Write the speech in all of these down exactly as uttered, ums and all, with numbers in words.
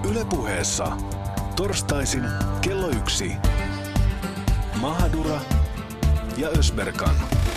Yle Puheessa. Torstaisin kello yksi. Mahadura ja Ösberkan.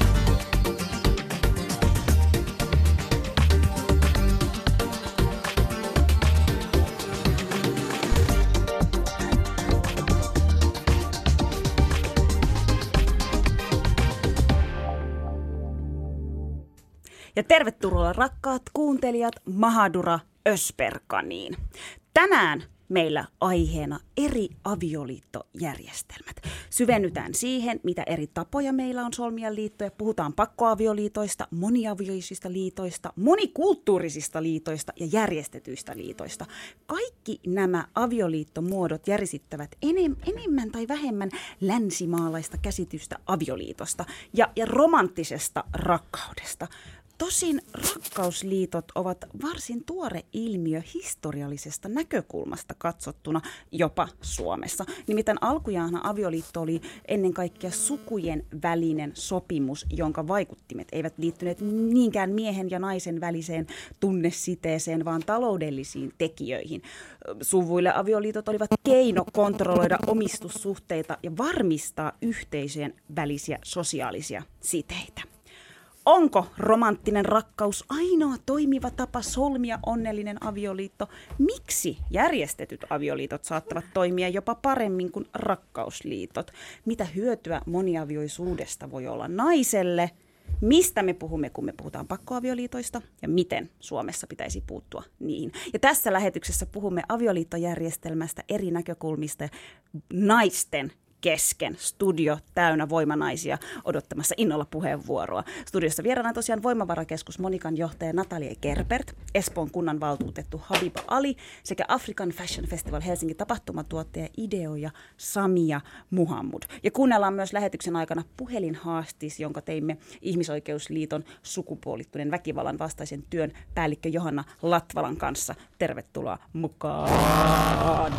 Ja tervetuloa rakkaat kuuntelijat Mahadura Ösberkaniin. Tänään meillä aiheena eri avioliittojärjestelmät. Syvennytään siihen, mitä eri tapoja meillä on solmia liittoja. Puhutaan pakkoavioliitoista, moniavioisista liitoista, monikulttuurisista liitoista ja järjestetyistä liitoista. Kaikki nämä avioliittomuodot järjesittävät enem, enemmän tai vähemmän länsimaalaista käsitystä avioliitosta ja, ja romanttisesta rakkaudesta. Tosin rakkausliitot ovat varsin tuore ilmiö historiallisesta näkökulmasta katsottuna jopa Suomessa. Nimittäin alkujaanhan avioliitto oli ennen kaikkea sukujen välinen sopimus, jonka vaikuttimet eivät liittyneet niinkään miehen ja naisen väliseen tunnesiteeseen, vaan taloudellisiin tekijöihin. Suvuille avioliitot olivat keino kontrolloida omistussuhteita ja varmistaa yhteisöjen välisiä sosiaalisia siteitä. Onko romanttinen rakkaus ainoa toimiva tapa solmia onnellinen avioliitto? Miksi järjestetyt avioliitot saattavat toimia jopa paremmin kuin rakkausliitot? Mitä hyötyä moniavioisuudesta voi olla naiselle? Mistä me puhumme, kun me puhutaan pakkoavioliitoista ja miten Suomessa pitäisi puuttua niihin? Ja tässä lähetyksessä puhumme avioliittojärjestelmästä eri näkökulmista naisten kesken. Studio täynnä voimanaisia odottamassa innolla puheenvuoroa. Studiossa vieraana tosiaan Voimavarakeskus Monikan johtaja Natalia Gerbert, Espoon kunnanvaltuutettu Habiba Ali sekä African Fashion Festival Helsingin tapahtumatuottaja Ideo ja Samia Muhammad. Ja kuunnellaan myös lähetyksen aikana puhelinhaastis, jonka teimme Ihmisoikeusliiton sukupuolittuneen väkivallan vastaisen työn päällikkö Johanna Latvalan kanssa. Tervetuloa mukaan!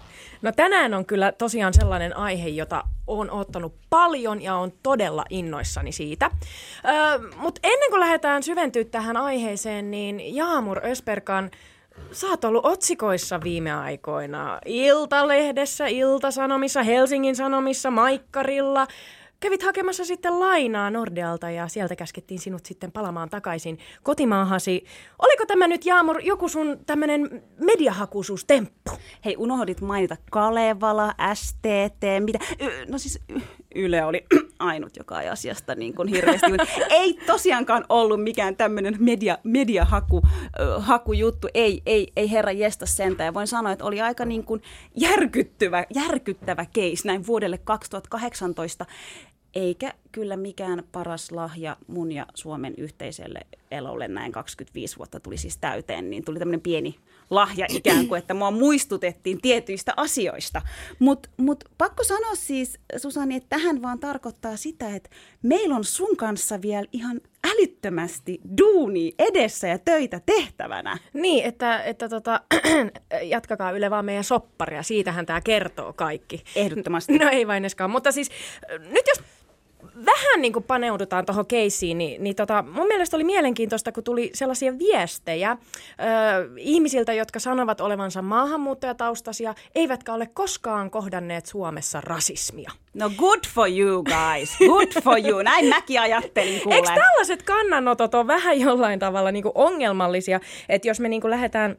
No tänään on kyllä tosiaan sellainen aihe, jota olen ottanut paljon ja on todella innoissani siitä. Öö, Mutta ennen kuin lähdetään syventyä tähän aiheeseen, niin Jaamur Ösberkan, sä oot ollut otsikoissa viime aikoina. Iltalehdessä, Ilta-Sanomissa, Helsingin Sanomissa, Maikkarilla. Kävit hakemassa sitten lainaa Nordealta ja sieltä käskettiin sinut sitten palaamaan takaisin kotimaahasi. Oliko tämä nyt, Jaamur, joku sun tämmöinen mediahakuisuustemppu? Hei, unohdit mainita Kalevala, S T T, mitä? No siis Yle oli ainut, joka ei asiasta niin kuin hirveästi. Ei tosiaankaan ollut mikään tämmöinen media, mediahaku haku juttu. Ei, ei, ei herra jesta sentään. Ja voin sanoa, että oli aika niin kuin järkyttävä, järkyttävä case näin vuodelle kaksituhattakahdeksantoista. Eikä kyllä mikään paras lahja mun ja Suomen yhteiselle elolle, näin kaksikymmentäviisi vuotta tuli siis täyteen, niin tuli tämmöinen pieni lahja ikään kuin, että mua muistutettiin tietyistä asioista. Mutta mut pakko sanoa siis, Susani, että tähän vaan tarkoittaa sitä, että meillä on sun kanssa vielä ihan älyttömästi duunia edessä ja töitä tehtävänä. Niin, että, että tota, jatkakaa Yle vaan meidän sopparia, siitähän tämä kertoo kaikki. Ehdottomasti. No ei vaineskaan, mutta siis nyt jos vähän niin kuin paneudutaan tuohon keissiin, niin, niin tota, mun mielestä oli mielenkiintoista, kun tuli sellaisia viestejä ö, ihmisiltä, jotka sanovat olevansa maahanmuuttajataustaisia, eivätkä ole koskaan kohdanneet Suomessa rasismia. No good for you guys, good for you, näin mäkin ajattelin kuulee. Eikö tällaiset kannanotot ole vähän jollain tavalla niin kuin ongelmallisia, että jos me niin kuin lähdetään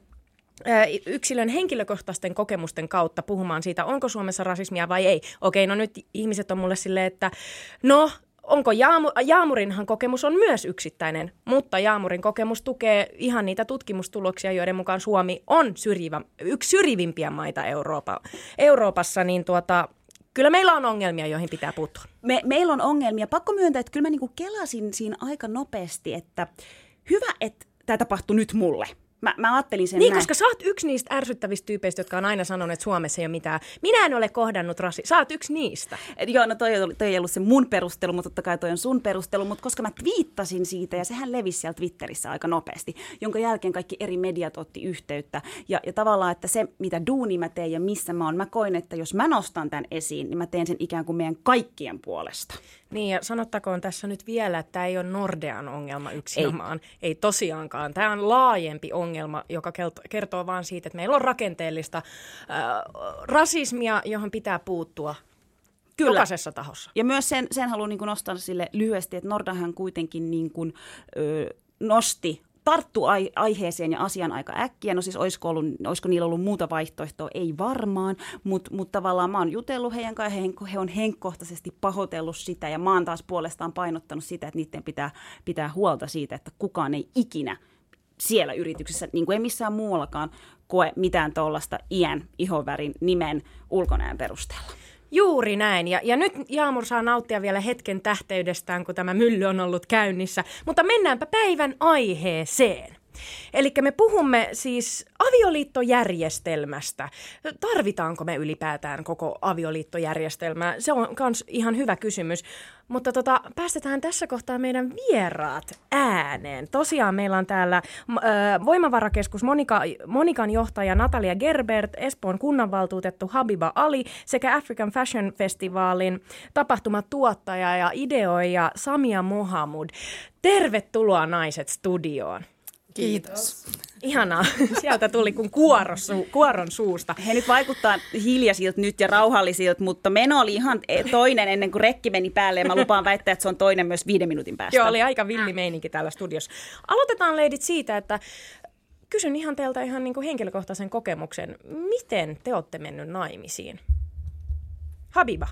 yksilön henkilökohtaisten kokemusten kautta puhumaan siitä, onko Suomessa rasismia vai ei. Okei, no nyt ihmiset on mulle silleen, että no, onko Jaamu, Jaamurinhan kokemus on myös yksittäinen, mutta Jaamurin kokemus tukee ihan niitä tutkimustuloksia, joiden mukaan Suomi on syrjivä, yksi syrjivimpiä maita Euroopa, Euroopassa, niin tuota, kyllä meillä on ongelmia, joihin pitää puuttua. Me, meillä on ongelmia. Pakko myöntää, että kyllä mä niinku kelasin siinä aika nopeasti, että hyvä, että tämä tapahtui nyt mulle. Mä, mä ajattelin sen Niin, näin. koska sä oot yksi niistä ärsyttävistä tyypeistä, jotka on aina sanonut, että Suomessa ei ole mitään. Minä en ole kohdannut rasi. Sä oot yksi niistä. Et joo, no toi, toi ei ollut se mun perustelu, mutta totta kai toi on sun perustelu. Mutta koska mä twiittasin siitä, ja sehän levisi siellä Twitterissä aika nopeasti, jonka jälkeen kaikki eri mediat otti yhteyttä. Ja, ja tavallaan, että se, mitä duuni mä teen ja missä mä oon, mä koin, että jos mä nostan tämän esiin, niin mä teen sen ikään kuin meidän kaikkien puolesta. Niin, ja sanottakoon tässä nyt vielä, että tämä ei ole Nordean ongelma yksinomaan. Ei, ei tosiaankaan. Tämä on laajempi ongelma. ongelma, joka kertoo vaan siitä, että meillä on rakenteellista äh, rasismia, johon pitää puuttua. Kyllä. Jokaisessa tahossa. Ja myös sen, sen haluan niin kuin nostaa sille lyhyesti, että Nordahan kuitenkin niin kuin, ö, nosti, tarttu ai, aiheeseen ja asian aika äkkiä. No siis olisiko, ollut, olisiko niillä ollut muuta vaihtoehtoa? Ei varmaan, mutta mut tavallaan mä oon jutellut heidän kanssa, he, he on henkkohtaisesti pahoitellut sitä ja mä oon taas puolestaan painottanut sitä, että niiden pitää pitää huolta siitä, että kukaan ei ikinä siellä yrityksessä, niin kuin ei missään muuallakaan, koe mitään tuollaista iän, ihonvärin, nimen, ulkonäön perusteella. Juuri näin. Ja, ja nyt Jaamur saa nauttia vielä hetken tähteydestään, kun tämä mylly on ollut käynnissä. Mutta mennäänpä päivän aiheeseen. Eli me puhumme siis avioliittojärjestelmästä. Tarvitaanko me ylipäätään koko avioliittojärjestelmää? Se on myös ihan hyvä kysymys. Mutta tota, päästetään tässä kohtaa meidän vieraat ääneen. Tosiaan meillä on täällä äh, Voimavarakeskus Monika, Monikan johtaja Natalia Gerbert, Espoon kunnanvaltuutettu Habiba Ali sekä African Fashion Festivalin tapahtumatuottaja ja ideoija Samia Mohamud. Tervetuloa naiset studioon. Kiitos. Ihanaa. Sieltä tuli kuin kuoro su- kuoron suusta. He nyt vaikuttaa hiljaisilta nyt ja rauhallisilta, mutta meno oli ihan toinen ennen kuin rekki meni päälle. Ja mä lupaan väittää, että se on toinen myös viiden minuutin päästä. Joo, oli aika villi meininki täällä studiossa. Aloitetaan leidit siitä, että kysyn ihan teiltä ihan niin kuin henkilökohtaisen kokemuksen. Miten te olette mennyt naimisiin? Habiba.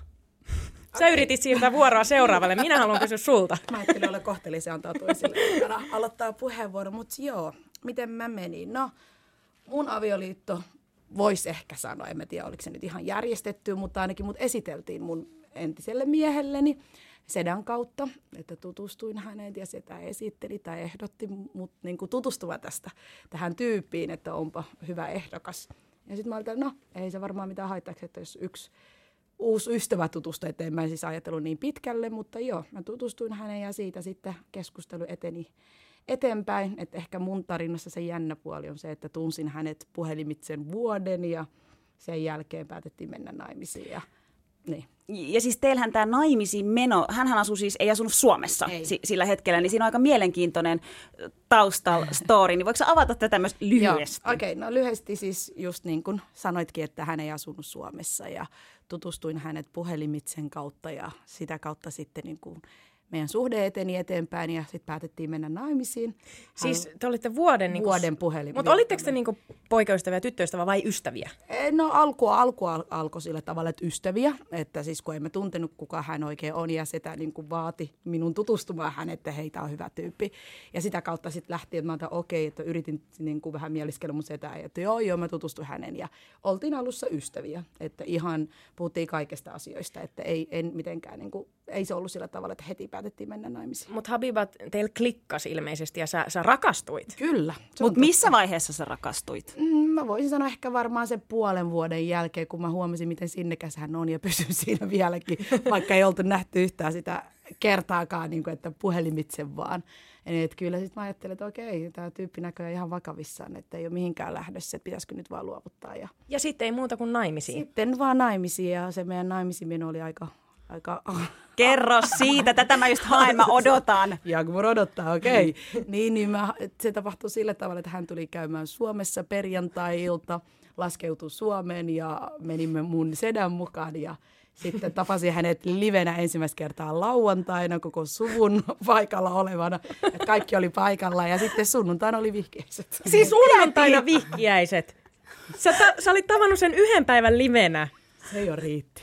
Sä okay. Yritit siirtää vuoroa seuraavalle. Minä haluan kysyä sulta. Mä ajattelin olla kohteellisen antaa toisille. Aloittaa puheenvuoro, mutta joo, miten mä menin? No, mun avioliitto voisi ehkä sanoa, en mä tiedä oliko se nyt ihan järjestetty, mutta ainakin mut esiteltiin mun entiselle miehelleni sedän kautta, että tutustuin häneen ja sitä esitteli tai ehdotti mut niin kuin tutustumaan tästä tähän tyyppiin, että onpa hyvä ehdokas. Ja sitten mä olin, no ei se varmaan mitään haittaisi, että jos yksi uusi ystävä tutustui, että en mä siis ajatellut niin pitkälle, mutta joo, mä tutustuin häneen ja siitä sitten keskustelu eteni eteenpäin. Että ehkä mun tarinassa se jännä puoli on se, että tunsin hänet puhelimitse vuoden ja sen jälkeen päätettiin mennä naimisiin. Ja, niin. Ja siis teillähän tämä naimisiin meno, hänhän asui siis, ei asunut Suomessa si- sillä hetkellä, niin siinä on aika mielenkiintoinen taustal-story. Niin voiko sä avata tätä myös lyhyesti? Okei, okay, no lyhyesti siis just niin kuin sanoitkin, että hän ei asunut Suomessa ja tutustuin hänet puhelimitsen kautta ja sitä kautta sitten niin kuin meidän suhde eteni eteenpäin ja sitten päätettiin mennä naimisiin. Siis te olitte vuoden, niin vuoden puhelimitsen. Mutta olitteko te niin kuin poikaystäviä, tyttöystäviä vai ystäviä? No alkua, alkua alkoi sillä tavalla, että ystäviä. Että siis kun emme tuntenut, kuka hän oikein on ja sitä niin kuin vaati minun tutustumaan hän, että heitä on hyvä tyyppi. Ja sitä kautta sitten lähti, että mä otan okei, okay, että yritin niin kuin vähän mieliskellä mun setää, että joo, joo, mä tutustuin hänen. Ja oltiin alussa ystäviä, että ihan puhuttiin kaikista asioista, että ei en mitenkään, niin kuin, ei se ollut sillä tavalla, että heti päätettiin mennä naimisiin. Mutta Habiba, teillä klikkasi ilmeisesti ja sä, sä rakastuit. Kyllä. Mutta missä vaiheessa sä rakastuit? Mm, mä voisin sanoa ehkä varmaan sen puolen vuoden jälkeen, kun mä huomasin, miten sinnekäs hän on ja pysyn siinä vieläkin, vaikka ei oltu nähty yhtään sitä kertaakaan, niin kuin, että puhelimitse vaan. Eli että kyllä sitten mä ajattelin, että okei, tämä tyyppi näköjään ihan vakavissaan, että ei ole mihinkään lähdössä, että pitäisikö nyt vaan luovuttaa. Ja, ja sitten ei muuta kuin naimisiin. Sitten vaan naimisiin ja se meidän naimisiminen oli aika... Aika, kerro siitä, tätä mä just haen, mä odotan. Ja kun mä odottaa, okei. Okay. niin, niin mä, se tapahtui sillä tavalla, että hän tuli käymään Suomessa perjantai-ilta, laskeutui Suomeen ja menimme mun sedän mukaan ja sitten tapasin hänet livenä ensimmäistä kertaa lauantaina koko suvun paikalla olevana. Että kaikki oli paikalla ja sitten sunnuntaina oli vihkiäiset. Siis sunnuntaina vihkiäiset? Sä, ta- sä olit tavannut sen yhden päivän livenä. Se jo riitti.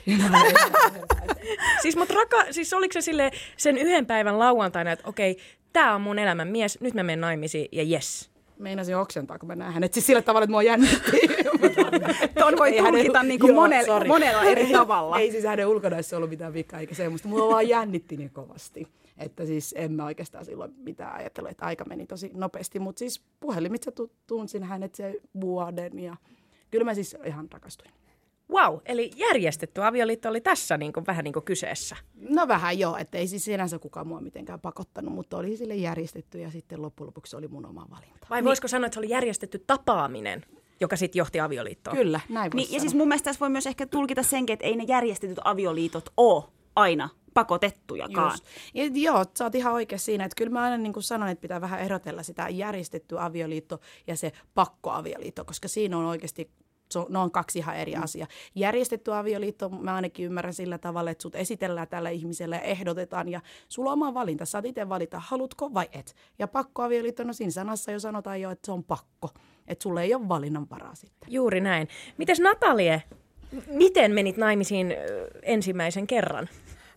siis, mut raka, siis oliko se silleen sen yhden päivän lauantaina, että okei, tää on mun elämän mies, nyt mä menen naimisiin ja jes. Meinasin oksentaa, kun mä näen hänet. Siis sillä tavalla, että mua jännitti. Tuon voi tulkita niin kuin monella, monella eri tavalla. Ei siis hänen ulkonäössä ollut mitään vikaa eikä semmoista. Mua vaan jännitti niin kovasti. Että siis en mä oikeastaan silloin mitään ajatellut, että aika meni tosi nopeasti. Mutta siis puhelimitse tunsin hänet sen vuoden ja kyllä mä siis ihan rakastuin. Wow, eli järjestetty avioliitto oli tässä niin kuin, vähän niin kuin kyseessä. No vähän joo, että ei siis sinänsä kukaan mua mitenkään pakottanut, mutta oli sille järjestetty ja sitten loppujen lopuksi se oli mun oma valinta. Vai niin. Voisiko sanoa, että se oli järjestetty tapaaminen, joka sitten johti avioliittoon? Kyllä, näin voisi niin, ja siis mun mielestä tässä voi myös ehkä tulkita senkin, että ei ne järjestetyt avioliitot ole aina pakotettujakaan. Ja, joo, sä oot ihan oikein siinä, että kyllä mä aina niin kuin sanon, että pitää vähän erotella sitä järjestetty avioliitto ja se pakkoavioliitto, koska siinä on oikeasti, ne on kaksi ihan eri asiaa. Järjestetty avioliitto, mä ainakin ymmärrän sillä tavalla, että sut esitellään tällä ihmisellä ja ehdotetaan ja sulla on oma valinta, saat itse valita, halutko vai et. Ja pakkoavioliitto, no siinä sanassa jo sanotaan jo, että se on pakko, että sulla ei ole valinnanvaraa sitten. Juuri näin. Mites Natalie, miten menit naimisiin ensimmäisen kerran?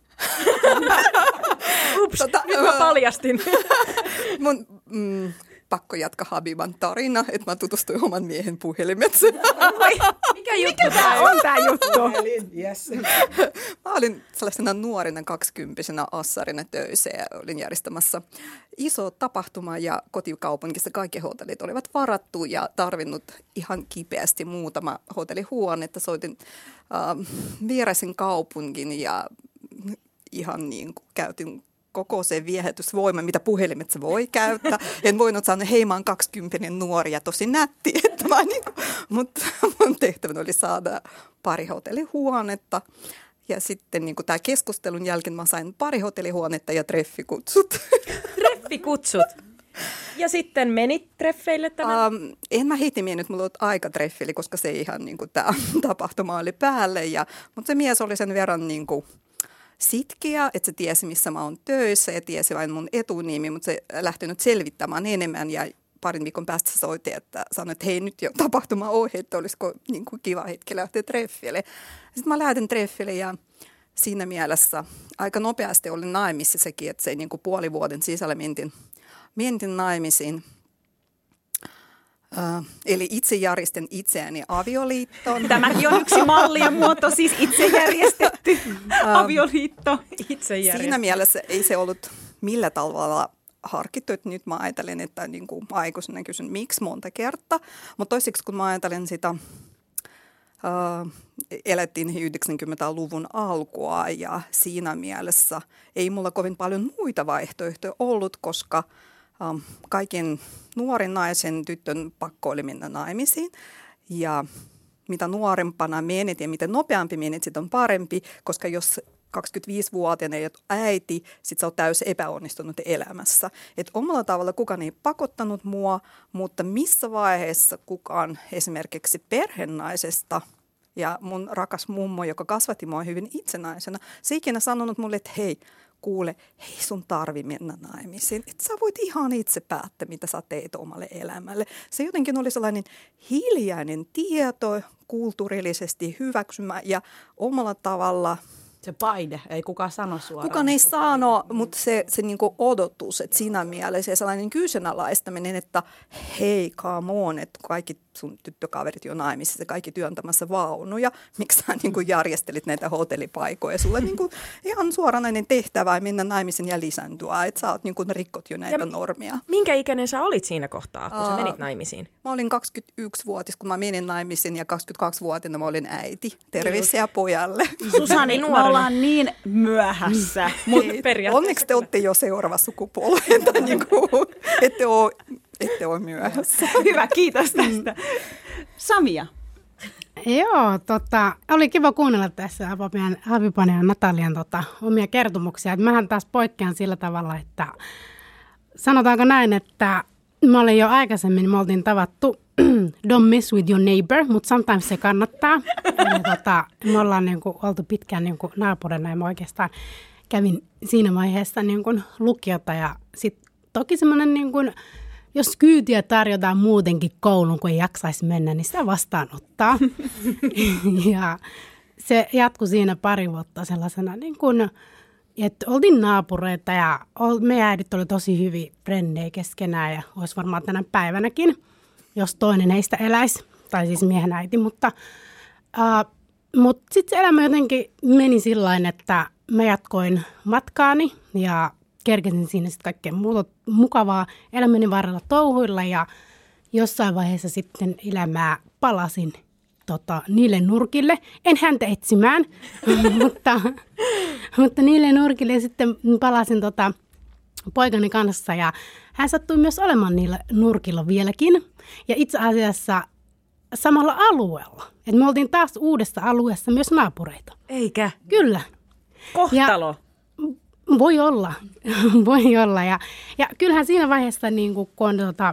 Ups, tota, nyt mä paljastin. Mun mm, pakko jatkaa Habiban tarina, että mä tutustuin oman miehen puhelimetsa. Mikä juttu tämä on tää juttu? Yes. Mä olin sellaisena nuorena kaksikymppisenä assarina töissä ja olin järjestämässä iso tapahtuma ja kotikaupungissa kaikki hotellit olivat varattu ja tarvinnut ihan kipeästi muutama hotellihuone, että soitin äh, viereisen kaupungin ja ihan niin kuin käytin koko se viehätysvoima, mitä puhelimet voi käyttää. En voinut sanoa, hei mä oon kaksikymppinen nuori ja tosi nätti, että mä niin kuin, mutta mun tehtävän oli saada pari hotellihuonetta. Ja sitten niin kuin tämän keskustelun jälkeen mä sain pari hotellihuonetta ja treffikutsut. Treffikutsut. Ja sitten menit treffeille tämän? Um, en mä heti mennyt, mulla oli aika treffili, koska se ihan niin kuin tämä tapahtuma oli päälle. Ja, mutta se mies oli sen verran niin kuin sitkeä, että se tiesi, missä mä oon töissä ja tiesi vain mun etunimi, mutta se lähtenyt selvittämään enemmän ja parin viikon päästä soitti, että sanoi, että hei nyt jo tapahtuma ohi, että olisiko niin kuin kiva hetki lähteä treffille. Sitten mä lähdin treffille ja siinä mielessä aika nopeasti olin naimissa sekin, että se niin kuin puoli vuoden sisällä mentin, mentin naimisiin. Uh, eli itse järjestin itseäni avioliittoon. Tämäkin on yksi malli ja muoto, siis itse järjestetty avioliitto. Itse järjestetty. Siinä mielessä ei se ollut millä tavalla harkittu, että nyt mä ajattelen, että niin kuin aikuisena kysyn, miksi monta kertaa. Mutta toiseksi kun mä ajattelen sitä, uh, elettiin yhdeksänkymmentäluvun alkua ja siinä mielessä ei mulla kovin paljon muita vaihtoehtoja ollut, koska Um, kaiken nuorin naisen tytön pakko oli mennä naimisiin ja mitä nuorempana menet ja mitä nopeampi menet, sitä on parempi, koska jos kaksikymmentäviisivuotiaana ei ole äiti, sit sä oot täysin epäonnistunut elämässä. Et omalla tavalla kukaan ei pakottanut mua, mutta missä vaiheessa kukaan esimerkiksi perhenaisesta ja mun rakas mummo, joka kasvatti mua hyvin itsenäisenä, se ikinä sanonut mulle, että hei, kuule, hei sun tarvi mennä naimisiin. Että sä voit ihan itse päättää, mitä sä teet omalle elämälle. Se jotenkin oli sellainen hiljainen tieto, kulttuurillisesti hyväksymä ja omalla tavalla. Se paine, ei kukaan sano suoraan. Kukaan ei sano, mutta se, se niinku odotus, että siinä mielessä sellainen kyseenalaistaminen, että hei, come on, että kaikki sun tyttökaverit jo naimisissa, kaikki työntämässä vaunuja, miksi sä niinku järjestelit näitä hotellipaikoja. Sulla niinku ihan suoranainen tehtävä mennä naimisiin ja lisääntyä, että sä oot niinku rikkot jo näitä ja normeja. Minkä ikäinen sä olit siinä kohtaa, kun uh, sä menit naimisiin? Mä olin kaksikymmentäyksivuotias, kun mä menin naimisiin ja kaksikymmentäkaksivuotiaana mä olin äiti. Terveisiä pojalle. Susani, me ollaan niin myöhässä. Mut onneksi te olette jo seuraava sukupolvi, että niinku, ette ole ette ole myöhässä. Hyvä, kiitos tästä. Samia. Joo, tota, oli kiva kuunnella tässä Habiban ja Natalian tota, omia kertomuksia. Et mähän taas poikkean sillä tavalla, että sanotaanko näin, että mä olin jo aikaisemmin, me oltiin tavattu don't mess with your neighbor, mutta sometimes se kannattaa. Ja, tota, me ollaan niin kuin, oltu pitkään niin kuin, naapurina ja mä oikeastaan kävin siinä vaiheessa niin kuin, lukiota ja sitten toki semmoinen niin kuin, jos kyytiä tarjotaan muutenkin kouluun, kun ei jaksaisi mennä, niin sitä vastaanottaa. Ja se jatkui siinä pari vuotta sellaisena, niin kuin, että oltiin naapureita ja meidän äidit oli tosi hyviä frendejä keskenään ja olisi varmaan tänä päivänäkin, jos toinen heistä eläisi, tai siis miehen äiti. Mutta, uh, mutta sitten se elämä jotenkin meni sillain, että mä jatkoin matkaani ja kerkesin siinä sitten kaikkea muuta mukavaa elämäni varrella touhuilla ja jossain vaiheessa sitten elämää palasin tota, niille nurkille. En häntä etsimään, mutta, mutta niille nurkille sitten palasin tota, poikani kanssa ja hän sattui myös olemaan niillä nurkilla vieläkin. Ja itse asiassa samalla alueella. Et me oltiin taas uudessa alueessa myös naapureita. Eikä? Kyllä. Kohtalo. Ja Voi olla, voi olla. Ja, ja kyllähän siinä vaiheessa, niin kun on tota,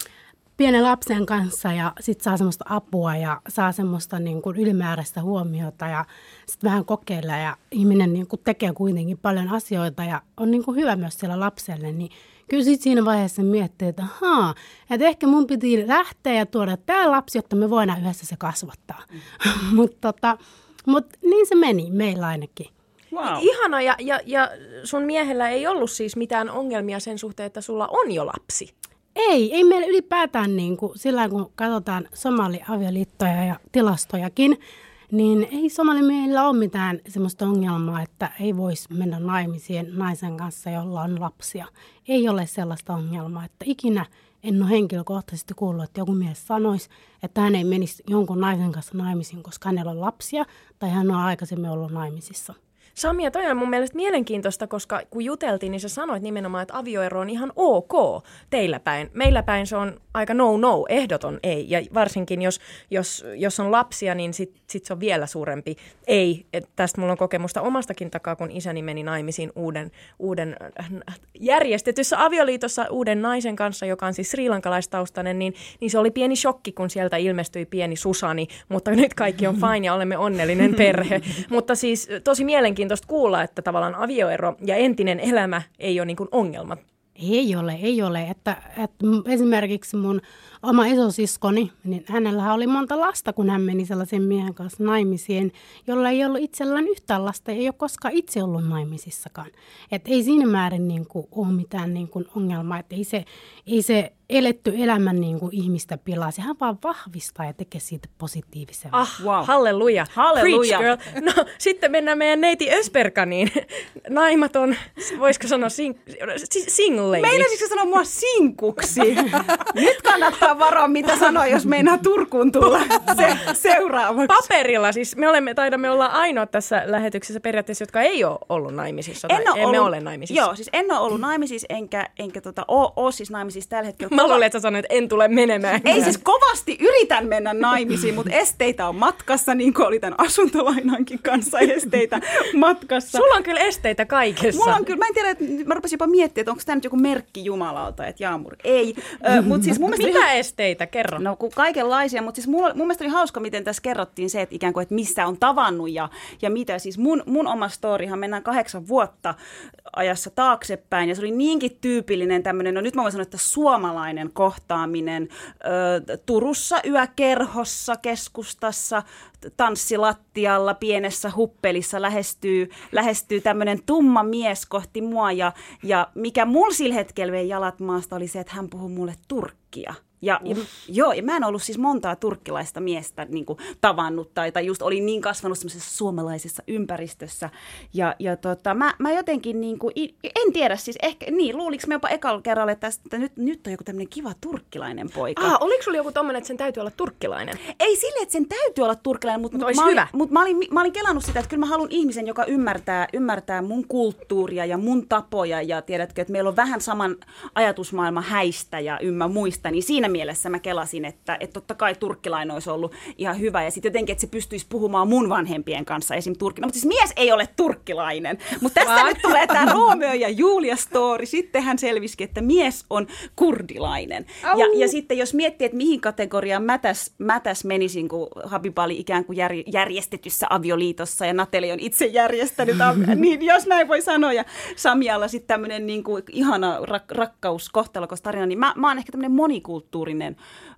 pienen lapsen kanssa ja sitten saa semmoista apua ja saa semmoista niin kuin ylimääräistä huomiota ja sitten vähän kokeilla ja ihminen niin kuin tekee kuitenkin paljon asioita ja on niin kuin hyvä myös siellä lapselle, niin kyllä sitten siinä vaiheessa miettii, että ahaa, että ehkä mun piti lähteä ja tuoda tämä lapsi, jotta me voidaan yhdessä se kasvattaa. Mm. Mutta tota, mut niin se meni meillä ainakin. Wow. Ihana, ja, ja, ja sun miehellä ei ollut siis mitään ongelmia sen suhteen, että sulla on jo lapsi. Ei, ei meillä ylipäätään, niin kuin, sillä kun katsotaan somaliavioliittoja ja tilastojakin, niin ei somalimiehillä ole mitään sellaista ongelmaa, että ei voisi mennä naimisiin naisen kanssa, jolla on lapsia. Ei ole sellaista ongelmaa, että ikinä en ole henkilökohtaisesti kuullut, että joku mies sanoisi, että hän ei menisi jonkun naisen kanssa naimisiin, koska hänellä on lapsia tai hän on aikaisemmin ollut naimisissa. Samia, toi on mun mielestä mielenkiintoista, koska kun juteltiin, niin sä sanoit nimenomaan, että avioero on ihan ok teillä päin. Meillä päin se on aika no-no, ehdoton ei. Ja varsinkin jos, jos, jos on lapsia, niin sit, sit se on vielä suurempi ei. Et tästä mulla on kokemusta omastakin takaa, kun isäni meni naimisiin uuden, uuden järjestetyssä avioliitossa uuden naisen kanssa, joka on siis srilankalaistaustainen, niin, niin se oli pieni shokki, kun sieltä ilmestyi pieni Susani, mutta nyt kaikki on fine ja olemme onnellinen perhe. Mutta siis tosi mielenkiintoista kuulla, että tavallaan avioero ja entinen elämä ei ole niin kuin ongelma. Ei ole, ei ole. Että, että esimerkiksi mun oma isosiskoni, niin hänellä oli monta lasta, kun hän meni sellaisen miehen kanssa naimisiin, jolla ei ollut itsellään yhtään lasta, ei ole koskaan itse ollut naimisissakaan. Että ei siinä määrin niin kuin ole mitään niin kuin ongelmaa, että ei se, ei se eletty elämän niin kuin ihmistä pilaa. Sehän vaan vahvistaa ja tekee siitä positiivisen. Ah, wow. Halleluja. Halleluja. Preach, girl. No, sitten mennään meidän neiti Ösperkaniin. Naimaton, voisiko sanoa sing- single lady. Meinasitko sanoa mua sinkuksi? Nyt kannattaa varoa, mitä sanoa, jos meinaa Turkuun tulla se, seuraavaksi. Paperilla, siis me olemme, taidamme olla ainoa tässä lähetyksessä periaatteessa, jotka ei ole ollut naimisissa. Tai emme ollut, ole naimisissa. Joo, siis en ole ollut naimisissa, enkä, enkä tota, ole, ole siis naimisissa tällä hetkellä. Mä luulen, että sä sanoit, että en tule menemään. Ei siis kovasti yritän mennä naimisiin, mutta esteitä on matkassa, niin kuin oli tämän asuntolainankin kanssa esteitä matkassa. Sulla on kyllä esteitä kaikessa. Mulla on kyllä, mä en tiedä, että mä rupesin jopa miettimään, että onko tämä nyt joku merkki Jumalalta, että Jaamur ei. Ö, mut siis mun Mitä oli... esteitä? Kerro. No kaikenlaisia, mutta siis mulla, mun mielestä oli hauska, miten tässä kerrottiin se, että ikään kuin, että missä on tavannut ja, ja mitä. Siis mun, mun oma storyhan mennään kahdeksan vuotta ajassa taaksepäin ja se oli niinkin tyypillinen tämmöinen, no nyt mä voin sanoa, että suomalainen kohtaaminen ö, Turussa yökerhossa, keskustassa, tanssilattialla, pienessä huppelissa lähestyy, lähestyy tämmöinen tumma mies kohti mua ja, ja mikä mulla sillä hetkellä vei jalat maasta oli se, että hän puhui mulle turkkia. Ja, ja, joo, ja mä en ollut siis montaa turkkilaista miestä niin kuin, tavannut tai, tai just olin niin kasvanut semmoisessa suomalaisessa ympäristössä. Ja, ja tota, mä, mä jotenkin, niin kuin, en tiedä siis, ehkä, niin, luuliks mä jopa ekalla kerralla, että, tästä, että nyt, nyt on joku tämmöinen kiva turkkilainen poika. Ah, oliko sulla joku tommoinen, että sen täytyy olla turkkilainen? Ei silleen, että sen täytyy olla turkkilainen, mutta, mutta, mutta mä, hyvä. olin, mutta mä, olin, mä olin kelannut sitä, että kyllä mä haluan ihmisen, joka ymmärtää, ymmärtää mun kulttuuria ja mun tapoja ja tiedätkö, että meillä on vähän saman ajatusmaailma häistä ja ymmä muista, niin siinä mielessä mä kelasin, että, että totta kai turkkilainen olisi ollut ihan hyvä. Ja sitten jotenkin, että se pystyisi puhumaan mun vanhempien kanssa esim. Turkkina. Mutta siis mies ei ole turkkilainen. Mutta tässä nyt tulee tämä Romeo ja Julia story. Sitten hän selvisikin, että mies on kurdilainen. Ja, ja sitten jos miettii, että mihin kategoriaan mätäs, mätäs menisin, kun Habib oli ikään kuin jär, järjestetyssä avioliitossa ja Nateli on itse järjestänyt, niin jos näin voi sanoa. Ja Samialla sitten tämmöinen niin kuin ihana rak, rakkaus, kohtalokas tarina, niin mä, mä oon ehkä tämmöinen monikulttuurinen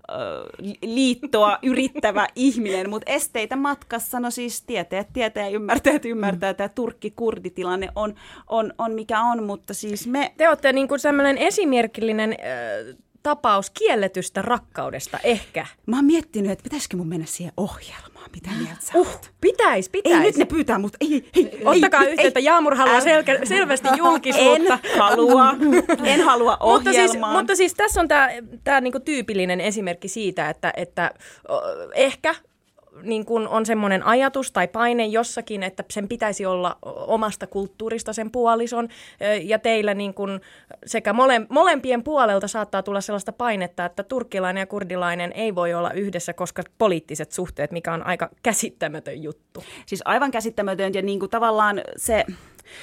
liittoa yrittävä ihminen, mutta esteitä matkassa, no siis tietäjät tietää ja ymmärtää, että ymmärtää, että tämä turkki-kurditilanne on, on, on mikä on, mutta siis me... Te olette niin kuin sellainen esimerkillinen äh, tapaus kielletystä rakkaudesta, ehkä. Mä oon miettinyt, että pitäisikö mun mennä siihen ohjelmaan, mitä mieltä sä uh, pitäis, pitäis. Ei, nyt ne pyytää, mutta ei, ei. Ottakaa ei, yhteyttä, ei. Jaamur haluaa selkä, selvästi julkisuutta. En halua, en halua ohjelmaan. Mutta siis, mutta siis tässä on tämä niinku tyypillinen esimerkki siitä, että, että ehkä niin kun on semmoinen ajatus tai paine jossakin, että sen pitäisi olla omasta kulttuurista sen puolison. Ja teillä niin kun sekä mole, molempien puolelta saattaa tulla sellaista painetta, että turkkilainen ja kurdilainen ei voi olla yhdessä, koska poliittiset suhteet, mikä on aika käsittämätön juttu. Siis aivan käsittämätön ja niin kuin tavallaan se...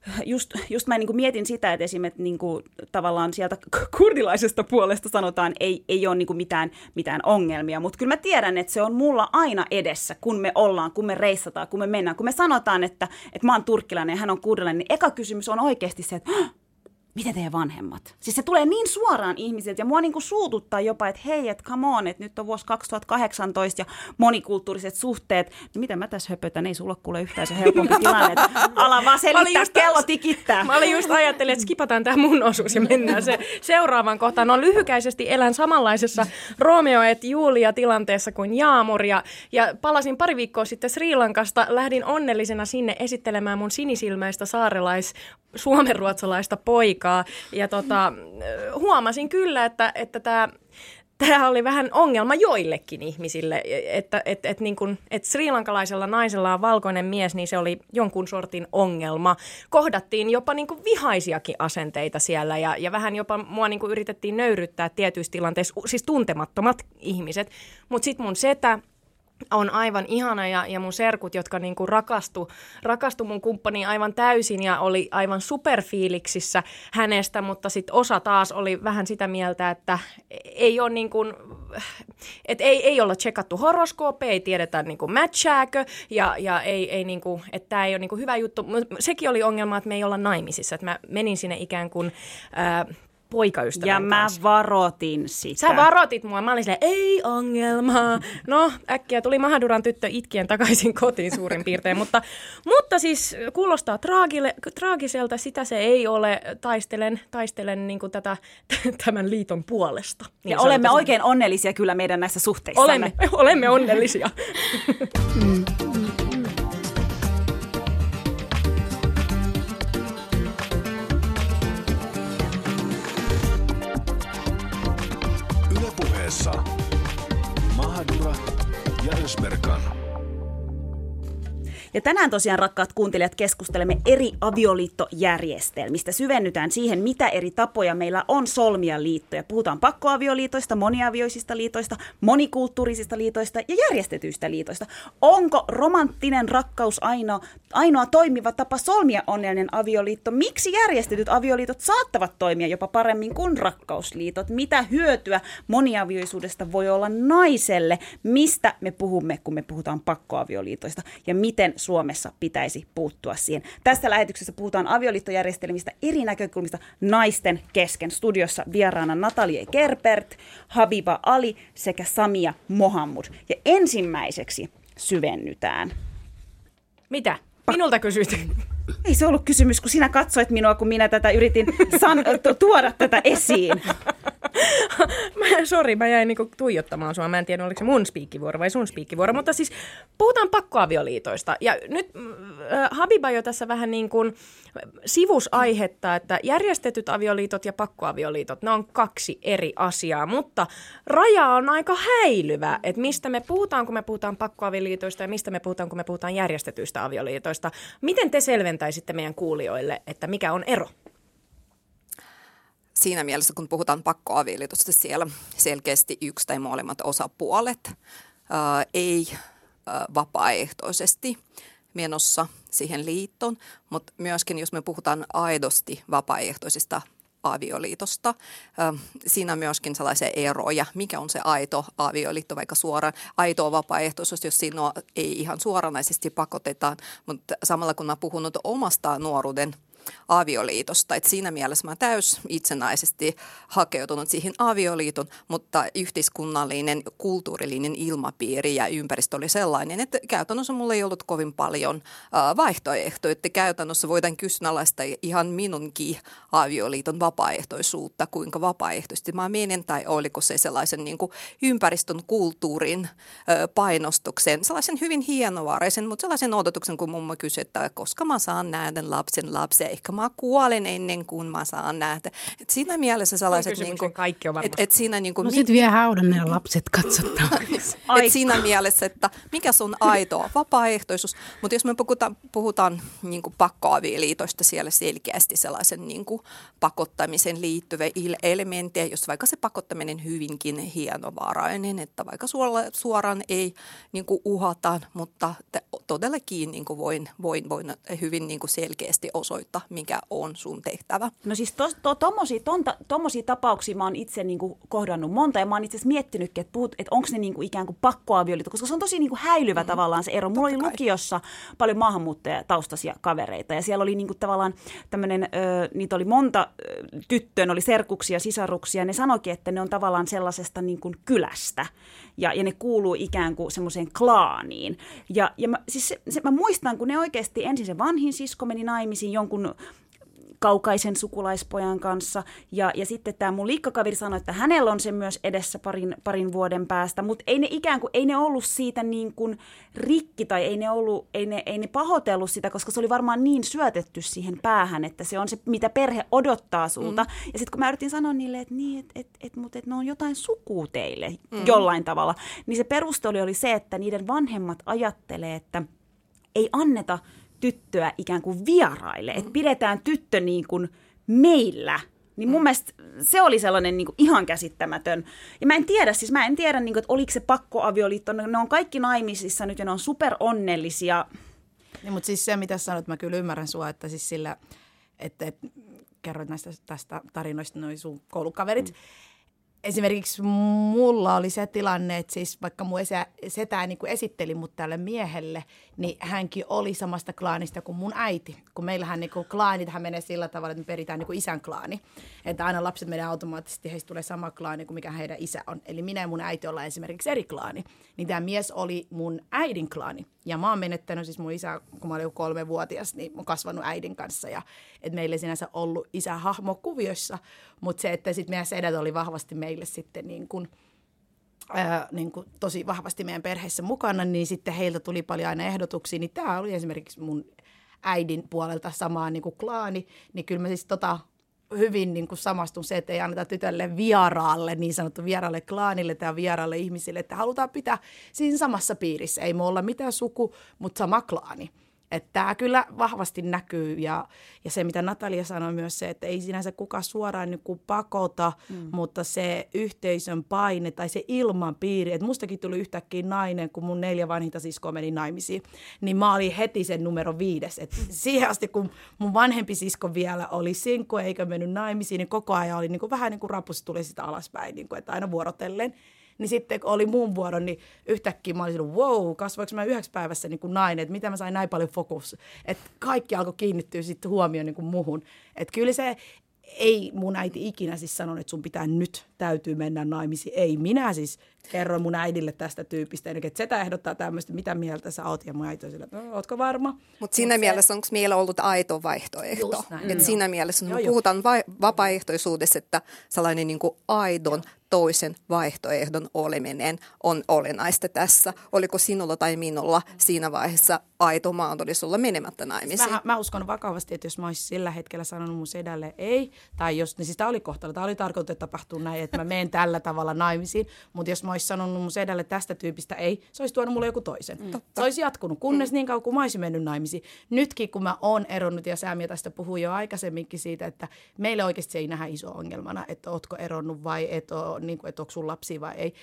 just, just mä niin kuin mietin sitä, että esimerkiksi niin kuin tavallaan sieltä kurdilaisesta puolesta sanotaan, ei, ei ole niin kuin mitään, mitään ongelmia, mutta kyllä mä tiedän, että se on mulla aina edessä, kun me ollaan, kun me reissataan, kun me mennään, kun me sanotaan, että, että mä oon turkkilainen ja hän on kurdilainen, niin eka kysymys on oikeasti se, että miten teidän vanhemmat? Siis se tulee niin suoraan ihmisiltä ja mua niinku suututtaa jopa, että hei, että come on, että nyt on vuosi kaksituhattakahdeksantoista ja monikulttuuriset suhteet. No mitä mä tässä höpötän, ei sulla kuule yhtään se helpompi tilanne, että ala vaan selittää, kello tikittää. Mä olin just ajattelin, että skipataan tämä mun osuus ja mennään se seuraavaan kohtaan. No lyhykäisesti elän samanlaisessa Romeo et Julia tilanteessa kuin Jaamur ja, ja palasin pari viikkoa sitten Sri Lankasta. Lähdin onnellisena sinne esittelemään mun sinisilmäistä saarelais suomenruotsalaista poikaa ja tota, huomasin kyllä, että että tämä Tämä oli vähän ongelma joillekin ihmisille, että et, et niin kun, et srilankalaisella naisella on valkoinen mies, niin se oli jonkun sortin ongelma. Kohdattiin jopa niin kun vihaisiakin asenteita siellä ja, ja vähän jopa mua niin kun yritettiin nöyryttää tietyissä tilanteissa, siis tuntemattomat ihmiset, mutta sitten mun setä on aivan ihana ja, ja mun serkut, jotka niinku rakastu, rakastu mun kumppaniin aivan täysin ja oli aivan superfiiliksissä hänestä, mutta sitten osa taas oli vähän sitä mieltä, että ei ole niinku, et ei, ei olla tsekattu horoskoopia, ei tiedetä niinku matchääkö ja, ja ei, ei niinku, että tämä ei ole niinku hyvä juttu. Sekin oli ongelma, että me ei olla naimisissa, että mä menin sinne ikään kuin Ää, poikaystävän ja mä kanssa. varoitin sitä. Sä varoitit mua. Mä olin silleen, ei ongelmaa. No, äkkiä tuli Mahaduran tyttö itkien takaisin kotiin suurin piirtein. mutta, mutta siis kuulostaa traagille, traagiselta. Sitä se ei ole. Taistelen, taistelen niin kuin tätä, tämän liiton puolesta. Niin ja olemme oikein onnellisia kyllä meidän näissä suhteissa. Olemme, olemme onnellisia. Mm. Mahadura ja Ösberkan. Ja tänään tosiaan, rakkaat kuuntelijat, keskustelemme eri avioliittojärjestelmistä. Syvennytään siihen, mitä eri tapoja meillä on solmia liittoja. Puhutaan pakkoavioliitoista, moniavioisista liitoista, monikulttuurisista liitoista ja järjestetyistä liitoista. Onko romanttinen rakkaus ainoa, ainoa toimiva tapa solmia onnellinen avioliitto? Miksi järjestetyt avioliitot saattavat toimia jopa paremmin kuin rakkausliitot? Mitä hyötyä moniavioisuudesta voi olla naiselle? Mistä me puhumme, kun me puhutaan pakkoavioliitoista? Ja miten Suomessa pitäisi puuttua siihen? Tässä lähetyksessä puhutaan avioliittojärjestelmistä eri näkökulmista naisten kesken. Studiossa vieraana Natalie Gerbert, Habiba Ali sekä Samia Mohammud. Ja ensimmäiseksi syvennytään. Mitä? Minulta kysyt. Ei se ollut kysymys, kun sinä katsoit minua, kun minä tätä yritin san- tuoda tätä esiin. Mä, sori, mä jäin niinku tuijottamaan sua. Mä en tiedä, oliko se mun spiikkivuoro vai sun spiikkivuoro. Mutta siis puhutaan pakkoavioliitoista. Ja nyt äh, Habiba jo tässä vähän niin kuin sivusaihetta, että järjestetyt avioliitot ja pakkoavioliitot, ne on kaksi eri asiaa. Mutta raja on aika häilyvä, että mistä me puhutaan, kun me puhutaan pakkoavioliitoista ja mistä me puhutaan, kun me puhutaan järjestetyistä avioliitoista. Miten te selventäisitte meidän kuulijoille, että mikä on ero? Siinä mielessä, kun puhutaan pakkoavioliitosta, siellä selkeästi yksi tai molemmat osapuolet ää, ei ää, vapaaehtoisesti menossa siihen liittoon, mutta myöskin jos me puhutaan aidosti vapaaehtoisista avioliitosta, ää, siinä on myöskin sellaisia eroja, mikä on se aito avioliitto, vaikka suoraan aitoa vapaaehtoisuus, jos sinua ei ihan suoranaisesti pakotetaan, mutta samalla kun mä puhun omasta nuoruuden avioliitosta. Et siinä mielessä mä täys itsenäisesti hakeutunut siihen avioliiton, mutta yhteiskunnallinen, kulttuurillinen ilmapiiri ja ympäristö oli sellainen, että käytännössä mulla ei ollut kovin paljon äh, vaihtoehtoja. Että käytännössä voidaan kyseenalaistaa ihan minunkin avioliiton vapaaehtoisuutta, kuinka vapaaehtoisesti mä menen, tai oliko se sellaisen niin kuin ympäristön, kulttuurin äh, painostuksen, sellaisen hyvin hienovaraisen, mutta sellaisen odotuksen, kun mummo kysyi, että koska mä saan nähdä lapsen lapsen, ehkä mä kuolen ennen kuin mä saan nähdä. Et siinä mielessä sellaiset, niin kuin, et, et siinä niin kuin, no sit vie haudan ne lapset katsotaan. Et siinä mielessä, että mikä se on aitoa vapaaehtoisuus, mutta jos me puhutaan, puhutaan niin kuin pakkoavioliitoista, siellä selkeästi sellaisen niin kuin pakottamisen liittyviä elementtejä, jos vaikka se pakottaminen hyvinkin hienovarainen, että vaikka suoraan ei niin kuin uhataan, mutta te, todellakin niin kuin voin, voin, voin hyvin niin kuin selkeästi osoittaa, mikä on sun tehtävä. No siis to, to, tommosia, tonta, tommosia tapauksia mä oon itse niin kuin kohdannut monta ja mä oon itse asiassa miettinytkin, että, puhut, että onko ne niin kuin ikään kuin pakkoavioliitto, koska se on tosi niin kuin häilyvä mm-hmm. tavallaan se ero. Mulla oli lukiossa paljon maahanmuuttajataustaisia kavereita ja siellä oli niin kuin tavallaan tämmöinen, ö, niitä oli monta ö, tyttöä, ne oli serkuksia, sisaruksia, ne sanoikin, että ne on tavallaan sellaisesta niin kuin kylästä ja, ja ne kuuluu ikään kuin semmoiseen klaaniin. Ja, ja mä, siis se, se, mä muistan, kun ne oikeasti ensin se vanhin sisko meni naimisiin jonkun kaukaisen sukulaispojan kanssa. Ja, ja sitten tämä mun liikkakaveri sanoi, että hänellä on se myös edessä parin, parin vuoden päästä. Mutta ei ne ikään kuin, ei ne ollut siitä niin kuin rikki tai ei ne, ollut, ei, ne, ei ne pahoitellut sitä, koska se oli varmaan niin syötetty siihen päähän, että se on se, mitä perhe odottaa sulta. Mm. Ja sitten kun mä yritin sanoa niille, että niin, et, et, et, mutta et ne on jotain sukua teille mm. jollain tavalla, niin se perustelu oli se, että niiden vanhemmat ajattelee, että ei anneta tyttöä ikään kuin vieraille, että pidetään tyttö niin kuin meillä. Niin mun mielestä se oli sellainen niin kuin ihan käsittämätön. Ja mä en tiedä, siis mä en tiedä, niin kuin, että oliko se pakkoavioliitto. Ne on kaikki naimisissa nyt ja ne on superonnellisia. Niin, mutta siis se, mitä sanoit, mä kyllä ymmärrän sua, että siis sillä, että, että kerroit näistä tästä tarinoista noin sun koulukaverit. Mm. Esimerkiksi mulla oli se tilanne, että siis vaikka mun setä niin kuin esitteli mut tälle miehelle, niin hänkin oli samasta klaanista kuin mun äiti. Kun meillähän niin kuin klaanithan menee sillä tavalla, että me peritään niin kuin isän klaani. Että aina lapset menee automaattisesti, heistä tulee sama klaani kuin mikä heidän isä on. Eli minä ja mun äiti ollaan esimerkiksi eri klaani. Niin tämä mies oli mun äidin klaani. Ja mä oon menettänyt siis mun isä, kun mä olin jo kolmevuotias, niin mä oon kasvanut äidin kanssa. Ja että meillä ei sinänsä ollut isähahmo kuvioissa, mutta se, että sitten meidän sedät oli vahvasti meille sitten niin kuin, ää, niin kuin tosi vahvasti meidän perheessä mukana, niin sitten heiltä tuli paljon aina ehdotuksia. Niin tämä oli esimerkiksi mun äidin puolelta samaa niin kuin klaani, niin kyllä mä siis tota hyvin niin kuin samastun se, että ei anneta tytölle vieraalle, niin sanottu vieraalle klaanille tai vieraalle ihmisille, että halutaan pitää siinä samassa piirissä. Ei me olla mitään suku, mutta sama klaani. Että tämä kyllä vahvasti näkyy ja, ja se, mitä Natalia sanoi myös se, että ei sinänsä kukaan suoraan niin kuin pakota, mm. mutta se yhteisön paine tai se ilmapiiri, että mustakin tuli yhtäkkiä nainen, kun mun neljä vanhinta siskoa meni naimisiin, niin mä olin heti sen numero viides. Et siihen asti, kun mun vanhempi sisko vielä oli sinkku eikä mennyt naimisiin, niin koko ajan oli niin kuin, vähän niin kuin rapus tuli sitä alaspäin, niin kuin, että aina vuorotellen. Niin sitten kun oli mun vuoro, niin yhtäkkiä mä olin silloin, wow, kasvoinko mä yhdessä päivässä niin kuin nainen, että mitä mä sain näin paljon fokus. Että kaikki alkoi kiinnittyä sitten huomioon niin kuin muhun. Että kyllä se, ei mun äiti ikinä siis sanonut, että sun pitää nyt, täytyy mennä naimisiin. Ei, minä siis kerron mun äidille tästä tyypistä, että setä ehdottaa tämmöistä, mitä mieltä sä oot. Ja mun äiti on sillä, että no, ootko varma? Mutta siinä Mut mielessä se... onko meillä ollut aito vaihtoehto? Että siinä mielessä, kun puhutaan va- vapaaehtoisuudessa, että sellainen niin kuin aidon toisen vaihtoehdon oleminen on olennaista tässä. Oliko sinulla tai minulla siinä vaiheessa aito mahdollisuus menemättä naimisiin? Mä, mä uskon vakavasti, että jos mä olisin sillä hetkellä sanonut mun sedälle ei, tai jos, niin siis tämä oli kohtalo, tämä oli tarkoitus, että tapahtuu näin, että mä menen tällä tavalla naimisiin, mutta jos mä olisin sanonut mun sedälle tästä tyypistä ei, se olisi tuonut mulle joku toisen. Mm. Se olisi jatkunut, kunnes mm. niin kauan kuin mä olisin mennyt naimisiin. Nytkin, kun mä oon eronnut, ja Säämiö tästä puhui jo aikaisemminkin siitä, että meille oikeasti se ei nähdä iso ongelmana, että ootko eronnut vai et ole, niin kuin, että onko sun lapsia vai ei.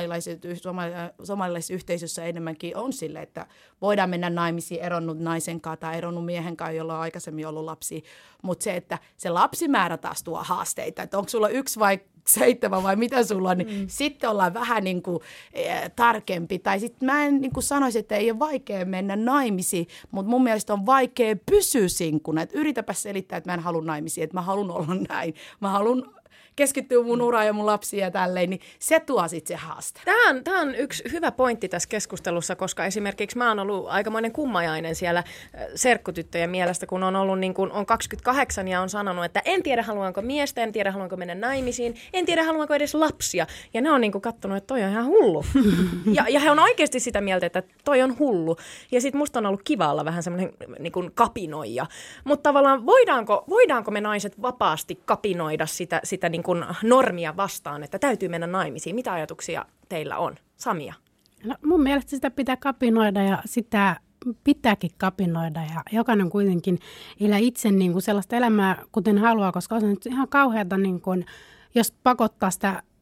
Somalilaisessa yhteisössä enemmänkin on sille, että voidaan mennä naimisiin eronnut naisen kanssa tai eronnut miehen kanssa, jolla on aikaisemmin ollut lapsia. Mutta se, että se lapsimäärä taas tuo haasteita, että onko sulla yksi vai seitsemän vai mitä sulla on, niin mm. sitten ollaan vähän niin kuin, äh, tarkempi. Tai sitten mä en niin kuin sanoisi, että ei ole vaikea mennä naimisiin, mutta mun mielestä on vaikea pysyä sinkkuna. Että yritäpä selittää, että mä en halua naimisiin, että mä haluan olla näin. Mä haluan keskittyy mun uraan ja mun lapsia ja tälleen, niin se tuo sitten se haaste. Tämä on, tämä on yksi hyvä pointti tässä keskustelussa, koska esimerkiksi mä oon ollut aikamoinen kummajainen siellä serkkutyttöjen mielestä, kun on ollut niin kuin, on kaksikymmentäkahdeksan ja on sanonut, että en tiedä haluanko miestä, en tiedä haluanko mennä naimisiin, en tiedä haluanko edes lapsia. Ja ne on niin kuin kattonut, että toi on ihan hullu. ja, ja he on oikeasti sitä mieltä, että toi on hullu. Ja sitten musta on ollut kiva olla vähän semmoinen niin kuin kapinoija. Mutta tavallaan voidaanko, voidaanko me naiset vapaasti kapinoida sitä, sitä niin kuin normia vastaan, että täytyy mennä naimisiin? Mitä ajatuksia teillä on? Samia? No, mun mielestä sitä pitää kapinoida ja sitä pitääkin kapinoida ja jokainen kuitenkin elää itse niin kuin sellaista elämää, kuten haluaa, koska on se nyt ihan kauheata, niin kuin, jos pakottaa sitä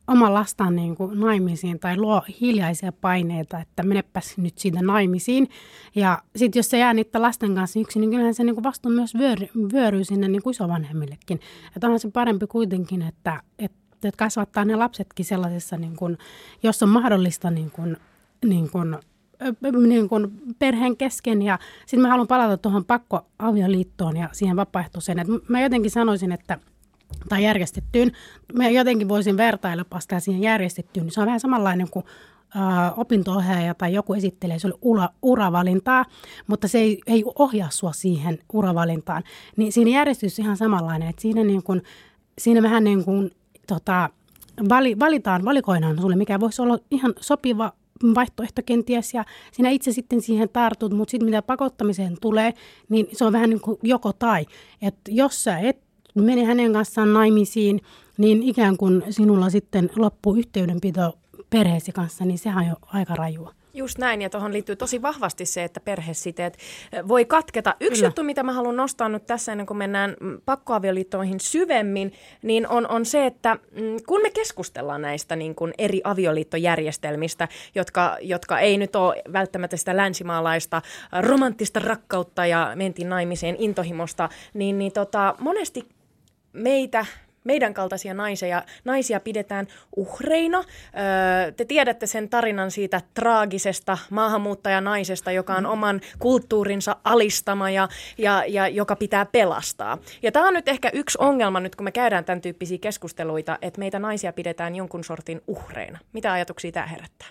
oma lastaan niin kuin naimisiin tai luo hiljaisia paineita, että menepäs nyt siitä naimisiin. Ja sitten jos se jää niiden lasten kanssa yksin, niin kyllähän se niin kuin vastuu myös vyöry, vyöryy sinne niin kuin isovanhemmillekin. Että onhan se parempi kuitenkin, että, että kasvattaa ne lapsetkin sellaisessa, niin kuin, jos on mahdollista niin kuin, niin kuin, niin kuin perheen kesken. Ja sitten mä haluan palata tuohon pakkoavioliittoon ja siihen vapaaehtoiseen. Että mä jotenkin sanoisin, että tai järjestettyyn. Mä jotenkin voisin vertailla sitä siihen järjestettyyn. Niin se on vähän samanlainen kuin ä, opinto-ohjaaja tai joku esittelee sulle ura, uravalintaa, mutta se ei, ei ohjaa sua siihen uravalintaan. Niin siinä järjestys on ihan samanlainen. Että siinä, niin kun, siinä vähän niin kuin tota, vali, valitaan, valikoidaan sulle, mikä voisi olla ihan sopiva vaihtoehto kenties, ja sinä itse sitten siihen tartut, mutta sitten mitä pakottamiseen tulee, niin se on vähän niin kuin joko tai. Että jos sä et mene hänen kanssaan naimisiin, niin ikään kuin sinulla sitten loppuu yhteydenpito perheesi kanssa, niin sehän on jo aika rajua. Just näin, ja tuohon liittyy tosi vahvasti se, että perhesiteet voi katketa. Yksi Kyllä. juttu, mitä mä haluan nostaa nyt tässä ennen kuin mennään pakkoavioliittoihin syvemmin, niin on, on se, että kun me keskustellaan näistä niin kuin eri avioliittojärjestelmistä, jotka, jotka ei nyt ole välttämättä sitä länsimaalaista romanttista rakkautta ja mentiin naimiseen intohimosta, niin, niin tota, monesti meitä... Meidän kaltaisia naisia, naisia pidetään uhreina. Öö, te tiedätte sen tarinan siitä traagisesta maahanmuuttajanaisesta, joka on oman kulttuurinsa alistama ja, ja, ja joka pitää pelastaa. Ja tämä on nyt ehkä yksi ongelma nyt, kun me käydään tämän tyyppisiä keskusteluita, että meitä naisia pidetään jonkun sortin uhreina. Mitä ajatuksia tämä herättää?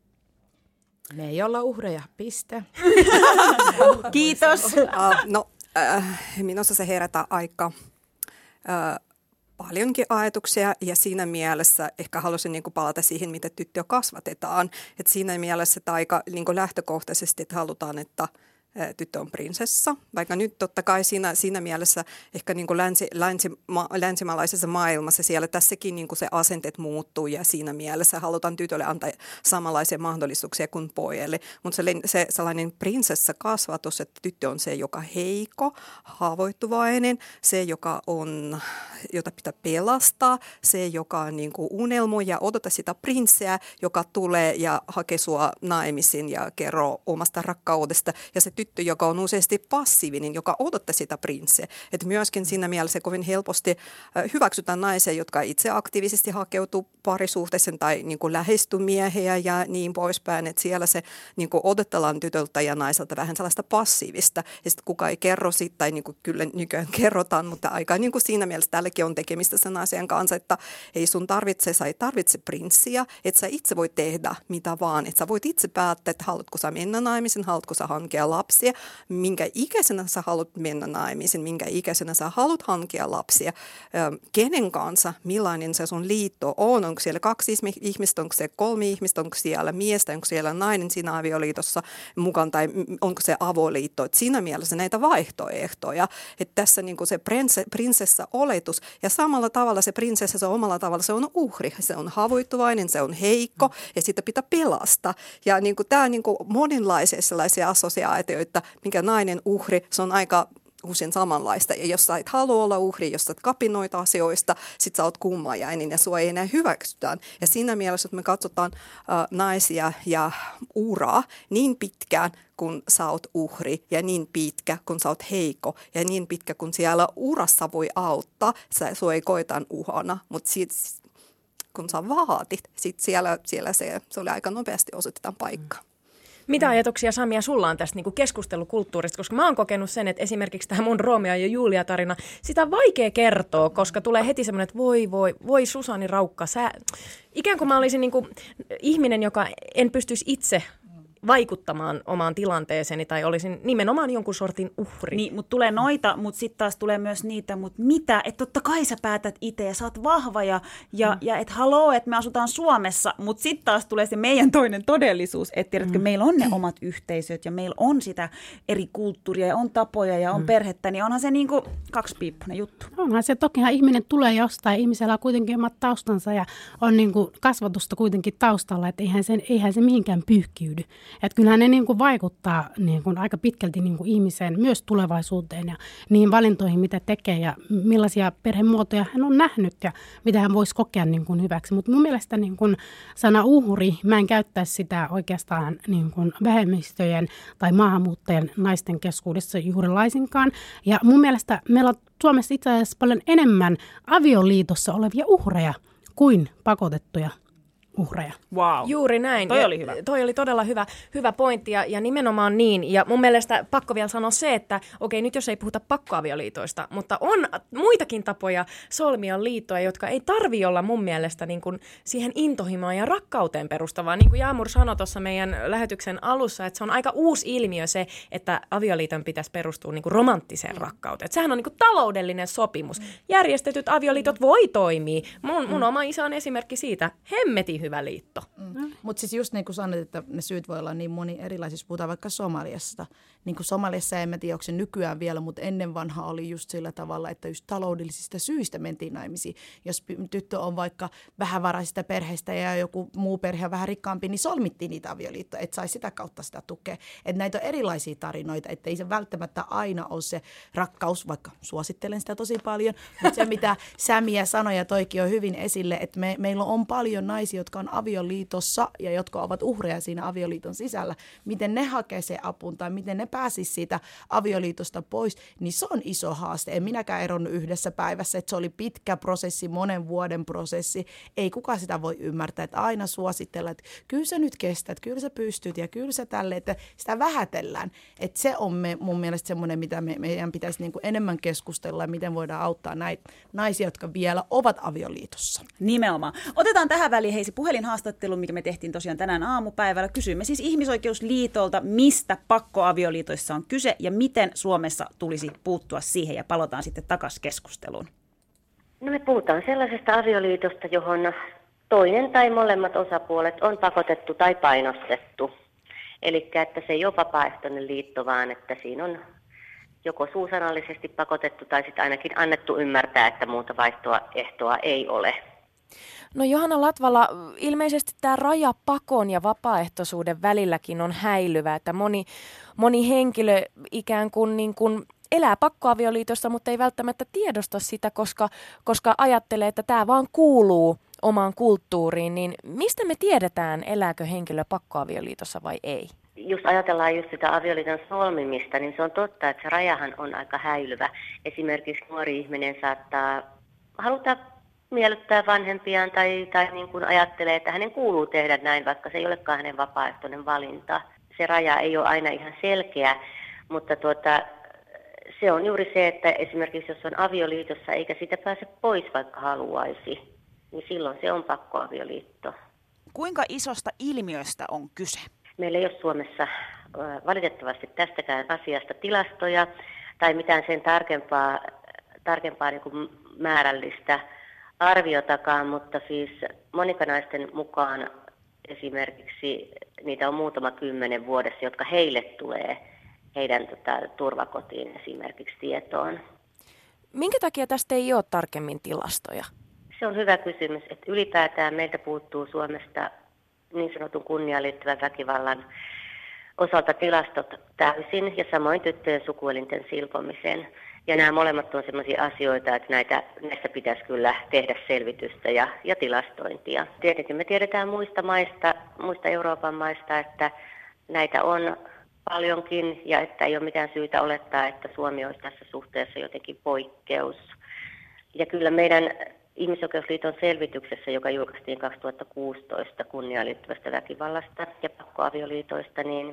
Me ei olla uhreja, piste. Kiitos. Uh, no, äh, minusta se herättää aika... Äh, paljonkin ajatuksia, ja siinä mielessä ehkä haluaisin niin kuin palata siihen, miten tyttöä kasvatetaan. Et siinä mielessä, että aika niin kuin lähtökohtaisesti että halutaan, että tyttö on prinsessa, vaikka nyt totta kai siinä, siinä mielessä ehkä niin kuin länsi, länsima, länsimaalaisessa maailmassa siellä tässäkin niin kuin se asenteet muuttuu, ja siinä mielessä halutaan tytölle antaa samanlaisia mahdollisuuksia kuin pojalle. Mutta se, se sellainen prinsessakasvatus, että tyttö on se, joka heikko, haavoittuvainen, se, joka on, jota pitää pelastaa, se, joka on niin kuin unelmoi ja odota sitä prinsseä, joka tulee ja hakee sua naimisiin ja kerroo omasta rakkaudesta, ja se tyttö, joka on useasti passiivinen, joka odottaa sitä prinssiä. Että myöskin siinä mielessä kovin helposti hyväksytään naisia, jotka itse aktiivisesti hakeutuu parisuhteeseen tai niin kuin lähestyy miehiä ja niin poispäin. Että siellä se niin kuin odotellaan tytöltä ja naiselta vähän sellaista passiivista. Ja sitten kukaan ei kerro siitä, tai niin kuin kyllä nykyään kerrotaan, mutta aika niin kuin siinä mielessä tälläkin on tekemistä sen asian kanssa, että ei sun tarvitse, sä ei tarvitse prinssiä, että sä itse voit tehdä mitä vaan. Että sä voit itse päättää, että haluatko sä mennä naimisiin, haluatko sä hankkia lapsia, minkä ikäisenä sä haluat mennä naimisiin, minkä ikäisenä sä haluat hankkia lapsia, kenen kanssa, millainen se sun liitto on, onko siellä kaksi ihmistä, onko se kolme ihmistä, onko siellä miestä, onko siellä nainen siinä avioliitossa mukaan tai onko se avoliitto. Et siinä mielessä näitä vaihtoehtoja, että tässä niinku se prinsessa-oletus ja samalla tavalla se prinsessa se omalla tavalla se on uhri, se on haavoittuvainen, se on heikko ja sitä pitää pelastaa. Ja niinku, tämä on niinku monenlaisia sellaisia assosiaatioita, minkä nainen uhri, se on aika usein samanlaista. Ja jos sä et halua olla uhri, jos sä et kapinoita asioista, sit sä oot kummajainen ja sua ei enää hyväksytään. Ja siinä mielessä, että me katsotaan äh, naisia ja uraa niin pitkään, kun sä oot uhri ja niin pitkä, kun sä oot heikko ja niin pitkä, kun siellä urassa voi auttaa, sä, sua ei koetaan uhana, mutta sit, kun sä vaatit, sit siellä, siellä se, se oli aika nopeasti osoitetaan paikka. Mitä ajatuksia, Samia, sulla on tästä niin kuin keskustelukulttuurista? Koska mä oon kokenut sen, että esimerkiksi tämä mun Romeo ja Julia-tarina, sitä on vaikea kertoa, koska tulee heti semmoinen, että voi voi, voi Susani Raukka, sä... Ikään kuin mä olisin niin kuin ihminen, joka en pystyisi itse vaikuttamaan omaan tilanteeseeni tai olisin nimenomaan jonkun sortin uhri. Niin, mutta tulee noita, mutta sitten taas tulee myös niitä, mutta mitä? Että totta kai sä päätät itse ja sä oot vahva ja, ja, mm. ja että haloo, että me asutaan Suomessa, mutta sitten taas tulee se meidän toinen todellisuus, että tiedätkö, mm. meillä on ne omat yhteisöt ja meillä on sitä eri kulttuuria ja on tapoja ja on mm. perhettä, niin onhan se niin kuin kaksipiippunen juttu. Onhan se, tokihan ihminen tulee jostain, ihmisellä on kuitenkin omat taustansa ja on niin kuin kasvatusta kuitenkin taustalla, että eihän, sen, eihän se mihinkään pyyhkiydy. Että kyllähän ne niin kuin vaikuttaa niin kuin aika pitkälti niin kuin ihmiseen myös tulevaisuuteen ja niihin valintoihin, mitä tekee ja millaisia perhemuotoja hän on nähnyt ja mitä hän voisi kokea niin kuin hyväksi. Mutta mun mielestä niin kuin sana uhri, mä en käyttäisi sitä oikeastaan niin kuin vähemmistöjen tai maahanmuuttajien naisten keskuudessa juuri laisinkaan. Ja mun mielestä meillä on Suomessa itse asiassa paljon enemmän avioliitossa olevia uhreja kuin pakotettuja uhreja. Wow. Juuri näin. Toi ja oli hyvä. Toi oli todella hyvä, hyvä pointti ja, ja nimenomaan niin. Ja mun mielestä pakko vielä sanoa se, että okei, nyt jos ei puhuta pakkoavioliitoista, mutta on muitakin tapoja solmia liittoja, jotka ei tarvi olla mun mielestä niin kuin siihen intohimoon ja rakkauteen perustavaa. Niin kuin Jaamur sanoi tuossa meidän lähetyksen alussa, että se on aika uusi ilmiö se, että avioliiton pitäisi perustua niin kuin romanttiseen rakkauteen. Että sehän on niin kuin taloudellinen sopimus. Järjestetyt avioliitot voi toimia. Mun, mun oma isä on esimerkki siitä. Hemmetin hyvä liitto. Mm. Mutta siis just niin kuin sanoit, että ne syyt voi olla niin moni erilaisia, jos puhutaan vaikka Somaliasta. Niin kuin Somaliassa, en tiedä, onko se nykyään vielä, mutta ennen vanha oli just sillä tavalla, että just taloudellisista syistä mentiin naimisiin. Jos tyttö on vaikka vähävaraisista perheistä ja joku muu perhe on vähän rikkaampi, niin solmittiin niitä avioliittoja, että saisi sitä kautta sitä tukea. Että näitä on erilaisia tarinoita, että ei se välttämättä aina ole se rakkaus, vaikka suosittelen sitä tosi paljon, mutta se mitä Sämiä sanoi ja toikin on hyvin esille, että me, meillä on paljon naisia, jotka on avioliitossa ja jotka ovat uhreja siinä avioliiton sisällä, miten ne hakee se apun tai miten ne pääsisi siitä avioliitosta pois, niin se on iso haaste. En minäkään eronnut yhdessä päivässä, että se oli pitkä prosessi, monen vuoden prosessi. Ei kukaan sitä voi ymmärtää, että aina suositella, että kyllä sä nyt kestät, kyllä sä pystyt ja kyllä sä tälle, että sitä vähätellään. Että se on me, mun mielestä semmoinen, mitä me, meidän pitäisi niin kuin enemmän keskustella ja miten voidaan auttaa näitä naisia, jotka vielä ovat avioliitossa. Nimenomaan. Otetaan tähän väliin heisi puhelinhaastattelu, mikä me tehtiin tosiaan tänään aamupäivällä. Kysyimme siis Ihmisoikeusliitolta, mistä pakkoavioliitoissa on kyse ja miten Suomessa tulisi puuttua siihen ja palataan sitten takaisin keskusteluun. No me puhutaan sellaisesta avioliitosta, johon toinen tai molemmat osapuolet on pakotettu tai painostettu. Eli että se ei ole vapaaehtoinen liitto, vaan että siinä on joko suusanallisesti pakotettu tai sitten ainakin annettu ymmärtää, että muuta vaihtoehtoa ei ole. No Johanna Latvala, ilmeisesti tämä raja pakon ja vapaaehtoisuuden välilläkin on häilyvä, että moni, moni henkilö ikään kuin, niin kuin elää pakkoavioliitossa, mutta ei välttämättä tiedosta sitä, koska, koska ajattelee, että tämä vaan kuuluu omaan kulttuuriin. Niin mistä me tiedetään, elääkö henkilö pakkoavioliitossa vai ei? Jos ajatellaan just sitä avioliiton solmimista, niin se on totta, että se rajahan on aika häilyvä. Esimerkiksi nuori ihminen saattaa haluta miellyttää vanhempiaan tai, tai niin kuin ajattelee, että hänen kuuluu tehdä näin, vaikka se ei olekaan hänen vapaaehtoinen valinta. Se raja ei ole aina ihan selkeä, mutta tuota, se on juuri se, että esimerkiksi jos on avioliitossa eikä sitä pääse pois, vaikka haluaisi, niin silloin se on pakkoavioliitto. Kuinka isosta ilmiöstä on kyse? Meillä ei ole Suomessa valitettavasti tästäkään asiasta tilastoja tai mitään sen tarkempaa, tarkempaa niin kuin määrällistä arviotakaan, mutta siis monikanaisten mukaan esimerkiksi niitä on muutama kymmenen vuodessa, jotka heille tulee heidän tota, turvakotiin esimerkiksi tietoon. Minkä takia tästä ei ole tarkemmin tilastoja? Se on hyvä kysymys, että ylipäätään meiltä puuttuu Suomesta niin sanotun kunniaan liittyvän väkivallan osalta tilastot täysin ja samoin tyttöjen sukuelinten silpomisen. Ja nämä molemmat on sellaisia asioita, että näitä, näistä pitäisi kyllä tehdä selvitystä ja, ja tilastointia. Tietenkin me tiedetään muista maista, muista Euroopan maista, että näitä on paljonkin ja että ei ole mitään syytä olettaa, että Suomi olisi tässä suhteessa jotenkin poikkeus. Ja kyllä meidän Ihmisoikeusliiton selvityksessä, joka julkaistiin kaksituhattakuusitoista kunniaan liittyvästä väkivallasta ja pakkoavioliitoista, niin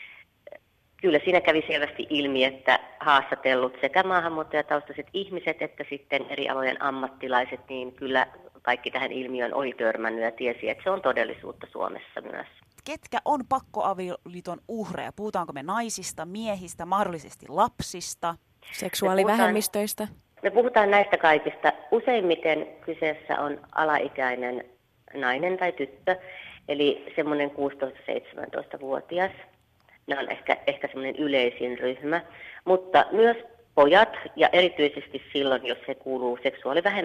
kyllä siinä kävi selvästi ilmi, että haastatellut sekä maahanmuuttajataustaiset ihmiset että sitten eri alojen ammattilaiset, niin kyllä kaikki tähän ilmiöön oli törmännyt ja tiesi, että se on todellisuutta Suomessa myös. Ketkä on pakkoavioliiton uhreja? Puhutaanko me naisista, miehistä, mahdollisesti lapsista? Seksuaalivähemmistöistä? Me puhutaan näistä kaikista. Useimmiten kyseessä on alaikäinen nainen tai tyttö, eli semmoinen kuusitoista-seitsemäntoista-vuotias. Nämä on ehkä, ehkä semmoinen yleisin ryhmä, mutta myös pojat ja erityisesti silloin, jos he kuuluu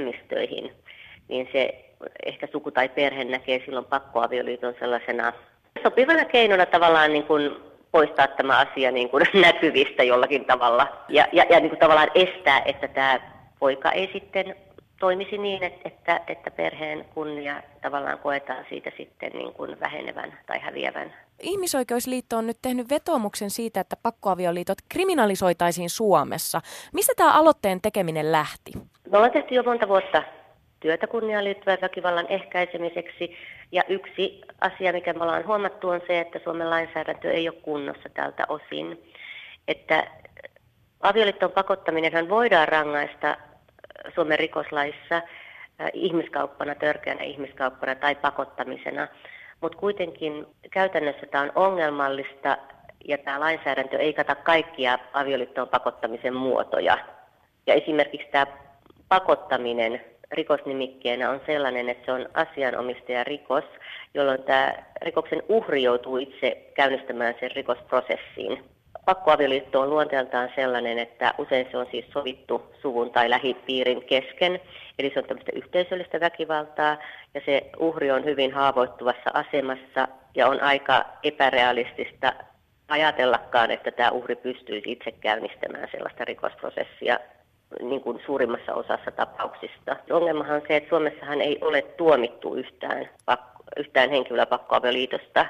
seksuaalivähemmistöihin, niin se ehkä suku tai perhe näkee silloin pakkoavioliiton sellaisena Sopivana keinona tavallaan niin kuin poistaa tämä asia niin kuin näkyvistä jollakin tavalla ja, ja, ja niin kuin tavallaan estää, että tämä poika ei sitten toimisi niin, että, että, että perheen kunnia tavallaan koetaan siitä sitten niin kuin vähenevän tai häviävän. Ihmisoikeusliitto on nyt tehnyt vetoomuksen siitä, että pakkoavioliitot kriminalisoitaisiin Suomessa. Mistä tämä aloitteen tekeminen lähti? Me ollaan tehty jo monta vuotta työtä kunniaan liittyvän väkivallan ehkäisemiseksi. Ja yksi asia, mikä me ollaan huomattu, on se, että Suomen lainsäädäntö ei ole kunnossa tältä osin. Että avioliittoon pakottaminenhan voidaan rangaista Suomen rikoslaissa ihmiskauppana, törkeänä ihmiskauppana tai pakottamisena. Mutta kuitenkin käytännössä tämä on ongelmallista ja tämä lainsäädäntö ei kata kaikkia avioliittoon pakottamisen muotoja. Ja esimerkiksi tämä pakottaminen rikosnimikkeenä on sellainen, että se on asianomistajan rikos, jolloin tämä rikoksen uhri joutuu itse käynnistämään sen rikosprosessiin. Pakkoavioliitto on luonteeltaan sellainen, että usein se on siis sovittu suvun tai lähipiirin kesken, eli se on tämmöistä yhteisöllistä väkivaltaa, ja se uhri on hyvin haavoittuvassa asemassa, ja on aika epärealistista ajatellakaan, että tämä uhri pystyisi itse käynnistämään sellaista rikosprosessia niin kuin suurimmassa osassa tapauksista. Ongelmahan on se, että Suomessahan ei ole tuomittu yhtään, pakko, yhtään henkilöä pakkoavioliitosta,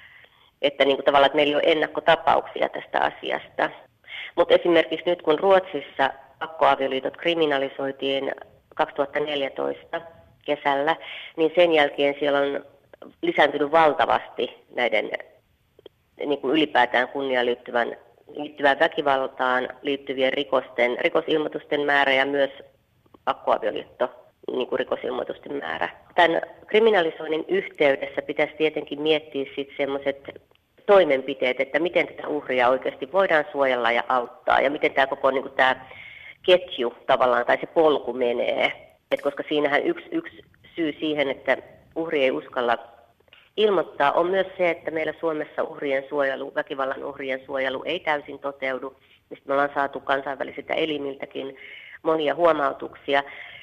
että niin kuin tavallaan, että meillä ei ole ennakkotapauksia tästä asiasta. Mutta esimerkiksi nyt kun Ruotsissa pakkoavioliitot kriminalisoitiin kaksituhattaneljätoista kesällä, niin sen jälkeen siellä on lisääntynyt valtavasti näiden niin kuin ylipäätään kunniaan liittyvän, liittyvään väkivaltaan liittyvien rikosten, rikosilmoitusten määrä ja myös pakkoavioliitto. Niin kuin rikosilmoitusten määrä. Tämän kriminalisoinnin yhteydessä pitäisi tietenkin miettiä sitten sellaiset toimenpiteet, että miten tätä uhria oikeasti voidaan suojella ja auttaa, ja miten tämä koko niin kuin tämä ketju tavallaan, tai se polku menee. Et koska siinähän yksi, yksi syy siihen, että uhri ei uskalla ilmoittaa, on myös se, että meillä Suomessa uhrien suojelu, väkivallan uhrien suojelu ei täysin toteudu, mistä me ollaan saatu kansainvälisiltä elimiltäkin monia huomautuksia.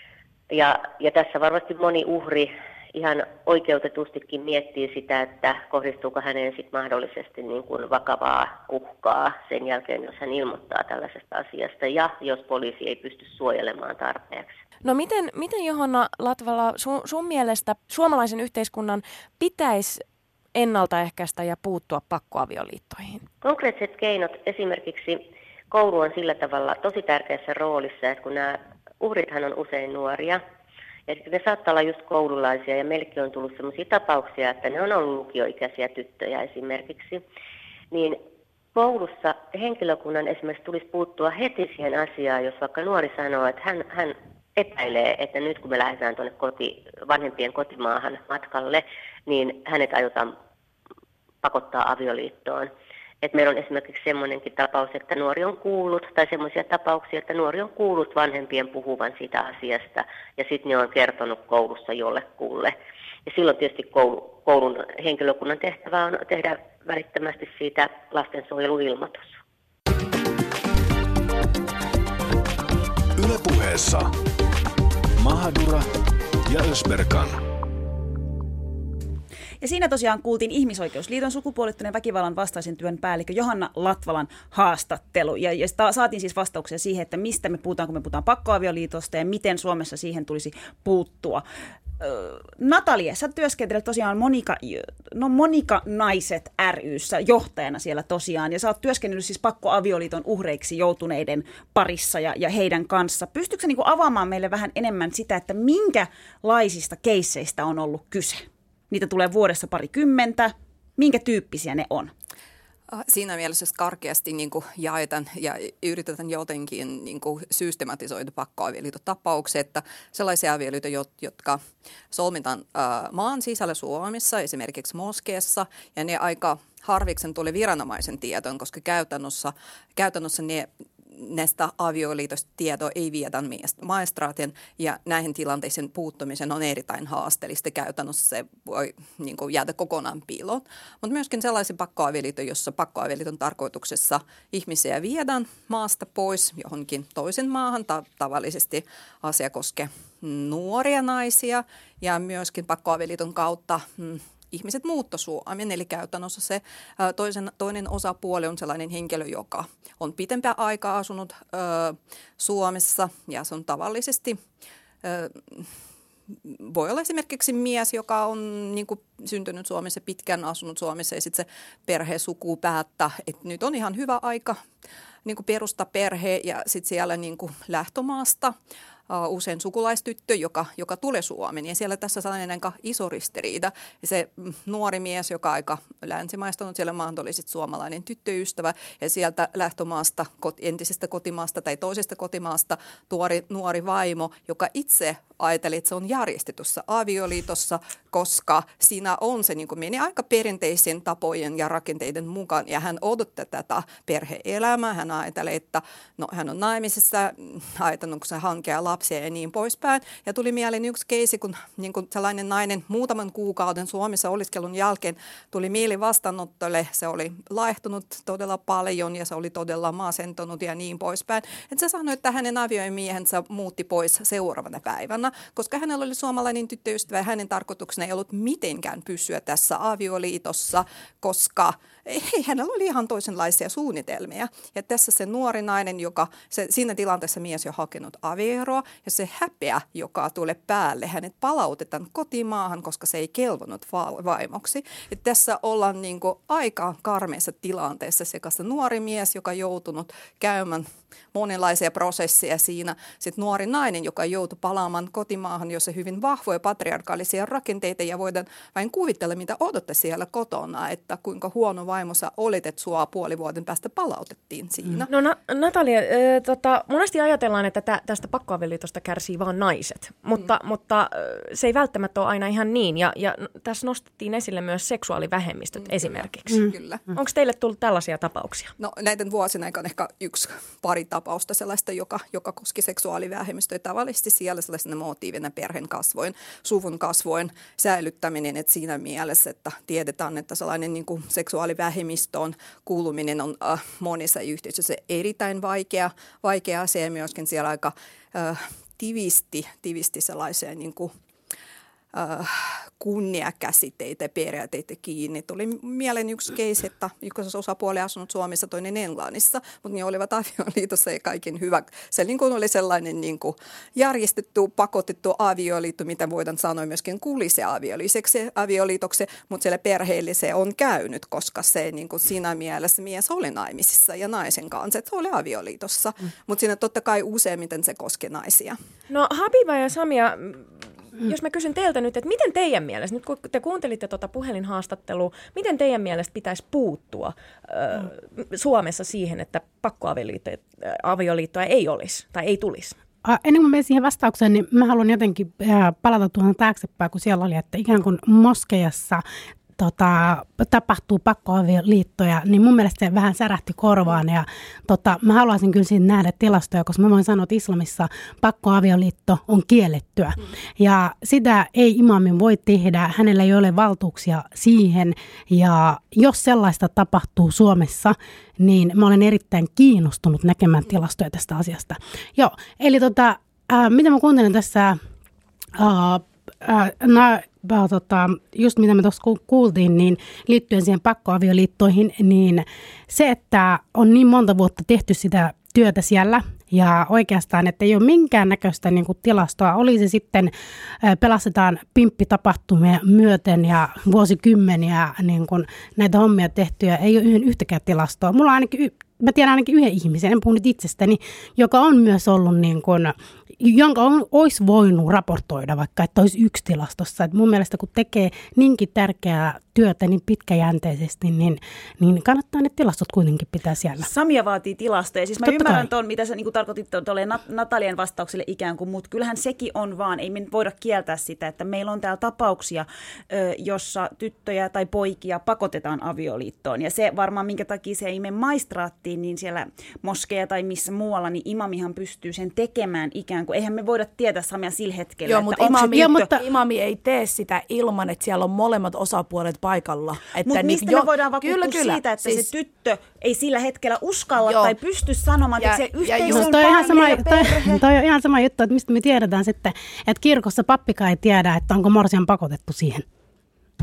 Ja, ja tässä varmasti moni uhri ihan oikeutetustikin miettii sitä, että kohdistuuko häneen sit mahdollisesti niin kuin vakavaa uhkaa sen jälkeen, jos hän ilmoittaa tällaisesta asiasta ja jos poliisi ei pysty suojelemaan tarpeeksi. No miten, miten Johanna Latvala, sun, sun mielestä suomalaisen yhteiskunnan pitäisi ennaltaehkäistä ja puuttua pakkoavioliittoihin? Konkreettiset keinot, esimerkiksi koulu on sillä tavalla tosi tärkeässä roolissa, että kun nämä uhrithan on usein nuoria, ja sitten ne saattaa olla just koululaisia, ja meillekin on tullut sellaisia tapauksia, että ne on ollut lukioikäisiä tyttöjä esimerkiksi, niin koulussa henkilökunnan esimerkiksi tulisi puuttua heti siihen asiaan, jos vaikka nuori sanoo, että hän, hän epäilee, että nyt kun me lähdetään tuonne koti, vanhempien kotimaahan matkalle, niin hänet aiotaan pakottaa avioliittoon. Et meillä on esimerkiksi semmoinenkin tapaus, että nuori on kuullut, tai semmoisia tapauksia, että nuori on kuullut vanhempien puhuvan siitä asiasta, ja sitten ne on kertonut koulussa jollekulle. Ja silloin tietysti koulu, koulun henkilökunnan tehtävä on tehdä välittömästi siitä lastensuojeluilmoitus. Yle Puheessa Mahadura ja Ösberkan. Ja siinä tosiaan kuultiin Ihmisoikeusliiton sukupuolittuneen väkivallan vastaisen työn päällikkö Johanna Latvalan haastattelu. Ja, ja saatiin siis vastauksia siihen, että mistä me puhutaan, kun me puhutaan pakkoavioliitosta ja miten Suomessa siihen tulisi puuttua. Öö, Natalia, sä työskentelet tosiaan Monika, no Monika Naiset ry:ssä johtajana siellä tosiaan. Ja sä oot työskennellyt siis pakkoavioliiton uhreiksi joutuneiden parissa ja, ja heidän kanssa. Pystytkö sä niin kuin avaamaan meille vähän enemmän sitä, että minkälaisista keisseistä on ollut kyse? Niitä tulee vuodessa parikymmentä. Minkä tyyppisiä ne on? Siinä mielessä karkeasti niin kuin jaetaan ja yritetään jotenkin niin kuin systematisoida pakkoavioliitotapauksia, että sellaisia avioliitoja, jotka solmitaan äh, maan sisällä Suomessa, esimerkiksi moskeessa, ja ne aika harviksen tulee viranomaisen tietoon, koska käytännössä, käytännössä ne näistä avioliitosta tietoa ei viedä maistraatin, ja näihin tilanteisiin puuttumisen on erittäin haasteellista. Käytännössä se voi niin kuin, jäädä kokonaan piiloon. Mutta myöskin sellaisia pakkoavioliitoja, jossa pakkoavioliiton tarkoituksessa ihmisiä viedään maasta pois johonkin toisen maahan. Ta- tavallisesti asia koskee nuoria naisia, ja myöskin pakkoavioliiton kautta mm, ihmiset muutto Suomeen. Eli käytännössä se ää, toisen, toinen osapuoli on sellainen henkilö, joka on pitempää aikaa asunut ää, Suomessa ja se on tavallisesti ää, voi olla esimerkiksi mies, joka on niin kuin, syntynyt Suomessa, pitkään asunut Suomessa ja sitten se perhesuku päättää, että nyt on ihan hyvä aika niin kuin perustaa perhe ja sitten siellä niin kuin lähtömaasta uh, usein sukulaistyttö, joka, joka tulee Suomeen. Ja siellä tässä sellainen aika iso ristiriita. Ja se nuori mies, joka aika länsimaistunut, siellä mahdollisesti suomalainen tyttöystävä ja sieltä lähtömaasta, entisestä kotimaasta tai toisesta kotimaasta tuori, nuori vaimo, joka itse ajatteli, että se on järjestetyssä avioliitossa, koska siinä on se niin kuin meni aika perinteisen tapojen ja rakenteiden mukaan. Ja hän odottaa tätä perhe-elämää. Hän ajattelee, että no, hän on naimisissa, ajatellut, kun se hankkia lapsia ja niin poispäin. Ja tuli mieleen yksi keisi, kun niin kuin sellainen nainen muutaman kuukauden Suomessa oliskelun jälkeen tuli mieli vastaanottolle. Se oli laihtunut todella paljon ja se oli todella masentunut ja niin poispäin. Että se sanoi, että hänen aviomiehensä muutti pois seuraavana päivänä, koska hänellä oli suomalainen tyttöystävä ja hänen tarkoituksena ei ollut mitenkään pysyä tässä avioliitossa, koska ei, hänellä oli ihan toisenlaisia suunnitelmia. Ja tässä se nuori nainen, joka se, siinä tilanteessa mies jo hakenut avioeroa ja se häpeä, joka tulee päälle, hänet palautetaan kotimaahan, koska se ei kelvonut vaimoksi. Ja tässä ollaan niin kuin aika karmeessa tilanteessa sekä se nuori mies, joka on joutunut käymään monenlaisia prosesseja siinä. Sitten nuori nainen, joka joutui palaamaan kotimaahan, jossa on hyvin vahvoja patriarkaalisia rakenteita ja voidaan vain kuvitella, mitä odottaa siellä kotona, että kuinka huono vaimo sä olit, että sua puoli vuoden päästä palautettiin siinä. No Na- Natalia, äh, tota, monesti ajatellaan, että tä- tästä pakkoavioliitosta kärsii vain naiset, mutta, mm. mutta äh, se ei välttämättä ole aina ihan niin. Ja, ja tässä nostettiin esille myös seksuaalivähemmistöt mm, esimerkiksi. Mm. Kyllä. Onko teille tullut tällaisia tapauksia? No näiden vuosina aikana ehkä yksi pari tapausta sellaista, joka, joka koski seksuaalivähemmistöä. Tavallisesti siellä sellaisena motiivina perheen kasvoin, suvun kasvoin säilyttäminen, että siinä mielessä, että tiedetään, että sellainen niin kuin seksuaalivähemmistöön kuuluminen on äh, monissa yhteisöissä erittäin vaikea, vaikea asia, myöskin siellä aika äh, tiivisti, tiivisti sellaiseen niin kuin Uh, kunniakäsitteitä ja periaatteita kiinni. Tuli mieleen yksi keisi, että yksi osapuoli asunut Suomessa, toinen Englannissa, mutta ne olivat avioliitossa ja kaiken hyvä. Se niin kuin oli sellainen niin kuin järjestetty, pakotettu avioliitto, mitä voidaan sanoa myöskin kulise-avioliitoksi, avioliitoksi, mutta siellä perheelle se on käynyt, koska se niin kuin siinä mielessä mies oli naimisissa ja naisen kanssa, että se oli avioliitossa. Mm. Mutta siinä totta kai useimmiten se koskee naisia. No Habiba ja Samia, jos mä kysyn teiltä nyt, että miten teidän mielestä, nyt kun te kuuntelitte tuota puhelinhaastattelua, miten teidän mielestä pitäisi puuttua äh, Suomessa siihen, että pakkoavioliittoa ei olisi tai ei tulisi? Ennen kuin menen siihen vastaukseen, niin mä haluan jotenkin palata tuohon taaksepäin, kun siellä oli, että ikään kuin moskeijassa Tota, tapahtuu pakkoavioliittoja, niin mun mielestä se vähän särähti korvaan ja tota, mä haluaisin kyllä siinä nähdä tilastoja, koska mä voin sanoa, että islamissa pakkoavioliitto on kiellettyä mm. ja sitä ei imamin voi tehdä, hänellä ei ole valtuuksia siihen ja jos sellaista tapahtuu Suomessa, niin mä olen erittäin kiinnostunut näkemään tilastoja tästä asiasta. Joo, eli tota, äh, mitä mä kuuntelen tässä äh, äh, na, Tota, just mitä me tuossa kuultiin, niin liittyen siihen pakkoavioliittoihin, niin se, että on niin monta vuotta tehty sitä työtä siellä ja oikeastaan, että ei ole minkäännäköistä niin kuin tilastoa, oli se sitten pelastetaan pimppitapahtumia myöten ja vuosikymmeniä niin kuin näitä hommia tehtyä, ei ole yhden yhtäkään tilastoa. Mulla on ainakin Mä tiedän ainakin yhden ihmisen, en puhu nyt itsestäni, joka on myös ollut niin kuin, jonka on, olisi voinut raportoida vaikka, että olisi yksi tilastossa. Et mun mielestä kun tekee niinkin tärkeää työtä niin pitkäjänteisesti, niin, niin kannattaa ne tilastot kuitenkin pitää siellä. Samia vaatii tilastoja. Siis mä Totta ymmärrän kai. tuon, mitä sä niin tarkoitit tuolle Natalian vastaukselle ikään kuin, mutta kyllähän sekin on vaan, ei me nyt voida kieltää sitä, että meillä on täällä tapauksia, jossa tyttöjä tai poikia pakotetaan avioliittoon. Ja se varmaan, minkä takia se ei mene maistraattiin, niin siellä moskeja tai missä muualla, niin imamihan pystyy sen tekemään ikään kuin. Eihän me voida tietää Samia sillä hetkellä, Joo, että mutta onko imami, se Joo, tyttö... mutta- imami ei tee sitä ilman, että siellä on molemmat osapuolet paikalla. Mutta niin, mistä jo, me voidaan vakuuttua kyllä, kyllä. siitä, että siis, se tyttö ei sillä hetkellä uskalla Joo. tai pysty sanomaan, Ja- että se ja yhteisö just- on Toi on, ihan sama, perhe ja perhe. toi, toi on ihan sama juttu, että mistä me tiedetään sitten, että kirkossa pappikaan ei tiedä, että onko morsian pakotettu siihen.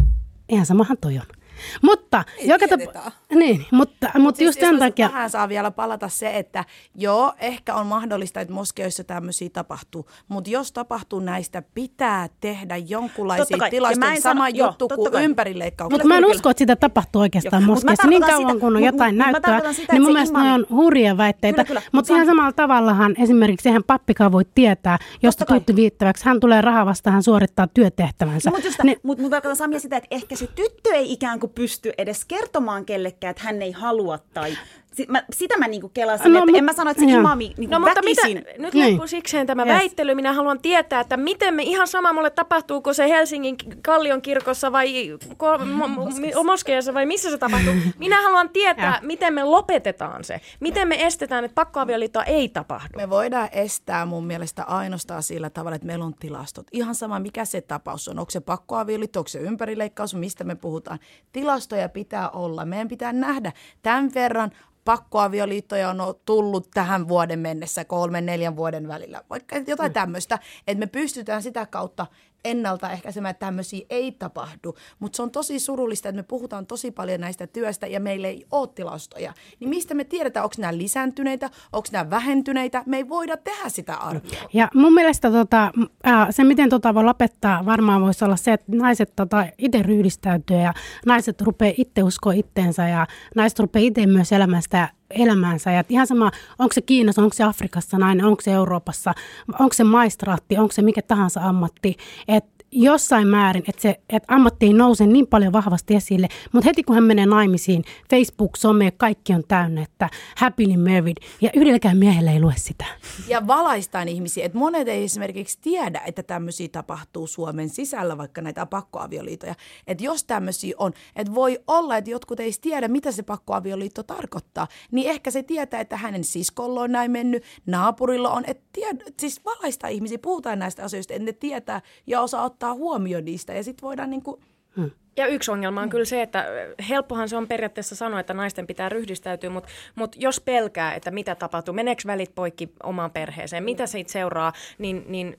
eihän samahan toi on. Mutta, joka tap- niin, mutta, Mut mutta siis just sen takia... Tähän saa vielä palata se, että joo, ehkä on mahdollista, että moskeissa tämmöisiä tapahtuu, mutta jos tapahtuu näistä, pitää tehdä jonkunlaisia tilastoja. Sama sano, juttu joo, kuin ympärileikkauksia. Mutta mä en usko, että sitä tapahtuu oikeastaan moskeissa. Niin kauan sitä, kun on jotain mut, näyttöä, sitä, niin mun mielestä imami... ne on hurjia väitteitä. Mutta mut ihan samalla tavallahan esimerkiksi eihän pappikaan voi tietää, jos te tuutte viittäväksi, hän tulee rahaa vastaan, hän suorittaa työtehtävänsä. No, mutta niin, mut, mut tarkoitan Samia sitä, että ehkä se tyttö ei ikään kuin pysty edes kertomaan kellekään, että hän ei halua tai... Mä, sitä mä niinku kelasin, no, että mut, en mä sano, että se joo. imami niinku no, väkisin. Mutta mitä, nyt niin. loppuu sikseen tämä yes. väittely. Minä haluan tietää, että miten me ihan sama mulle tapahtuuko se Helsingin Kallion kirkossa vai moskeijassa vai missä se tapahtuu. Minä haluan tietää, miten me lopetetaan se. Miten me estetään, että pakkoavioliittoa ei tapahdu. Me voidaan estää mun mielestä ainoastaan sillä tavalla, että meillä on tilastot. Ihan sama, mikä se tapaus on. Onko se pakkoavioliitto, onko se ympärileikkaus, mistä me puhutaan. Tilastoja pitää olla. Meidän pitää nähdä tämän verran. Pakkoavioliittoja on tullut tähän vuoden mennessä kolmen, neljän vuoden välillä. Vaikka jotain mm. tämmöistä, että me pystytään sitä kautta ennaltaehkäisemään, että tämmöisiä ei tapahdu. Mutta se on tosi surullista, että me puhutaan tosi paljon näistä työstä ja meillä ei ole tilastoja. Niin mistä me tiedetään, onko nämä lisääntyneitä, onko nämä vähentyneitä? Me ei voida tehdä sitä arvioa. Ja mun mielestä tota, se, miten tota voi lopettaa, varmaan voisi olla se, että naiset tota, itse ryhdistäytyy ja naiset rupeaa itse uskoa itteensä ja naiset rupeaa itse myös elämästä elämäänsä. Ja ihan sama, onko se Kiinassa, onko se Afrikassa nainen, onko se Euroopassa, onko se maistraatti, onko se mikä tahansa ammatti. Että jossain määrin, että, se, että ammatti ei nouse niin paljon vahvasti esille, mutta heti kun hän menee naimisiin, Facebook, some, kaikki on täynnä, että happily married, ja yhdelläkään miehellä ei lue sitä. Ja valaistaan ihmisiä, että monet ei esimerkiksi tiedä, että tämmöisiä tapahtuu Suomen sisällä, vaikka näitä pakkoavioliitoja. Että jos tämmöisiä on, että voi olla, että jotkut ei tiedä, mitä se pakkoavioliitto tarkoittaa, niin ehkä se tietää, että hänen siskolla on näin mennyt, naapurilla on, että tied- siis valaistaan ihmisiä, puhutaan näistä asioista, että ne tietää ja osaa ottaa huomioon niistä ja sitten voidaan niin kuin... Hmm. Ja yksi ongelma on kyllä se, että helppohan se on periaatteessa sanoa, että naisten pitää ryhdistäytyä, mutta, mutta jos pelkää, että mitä tapahtuu, meneekö välit poikki omaan perheeseen, mitä siitä seuraa, niin... niin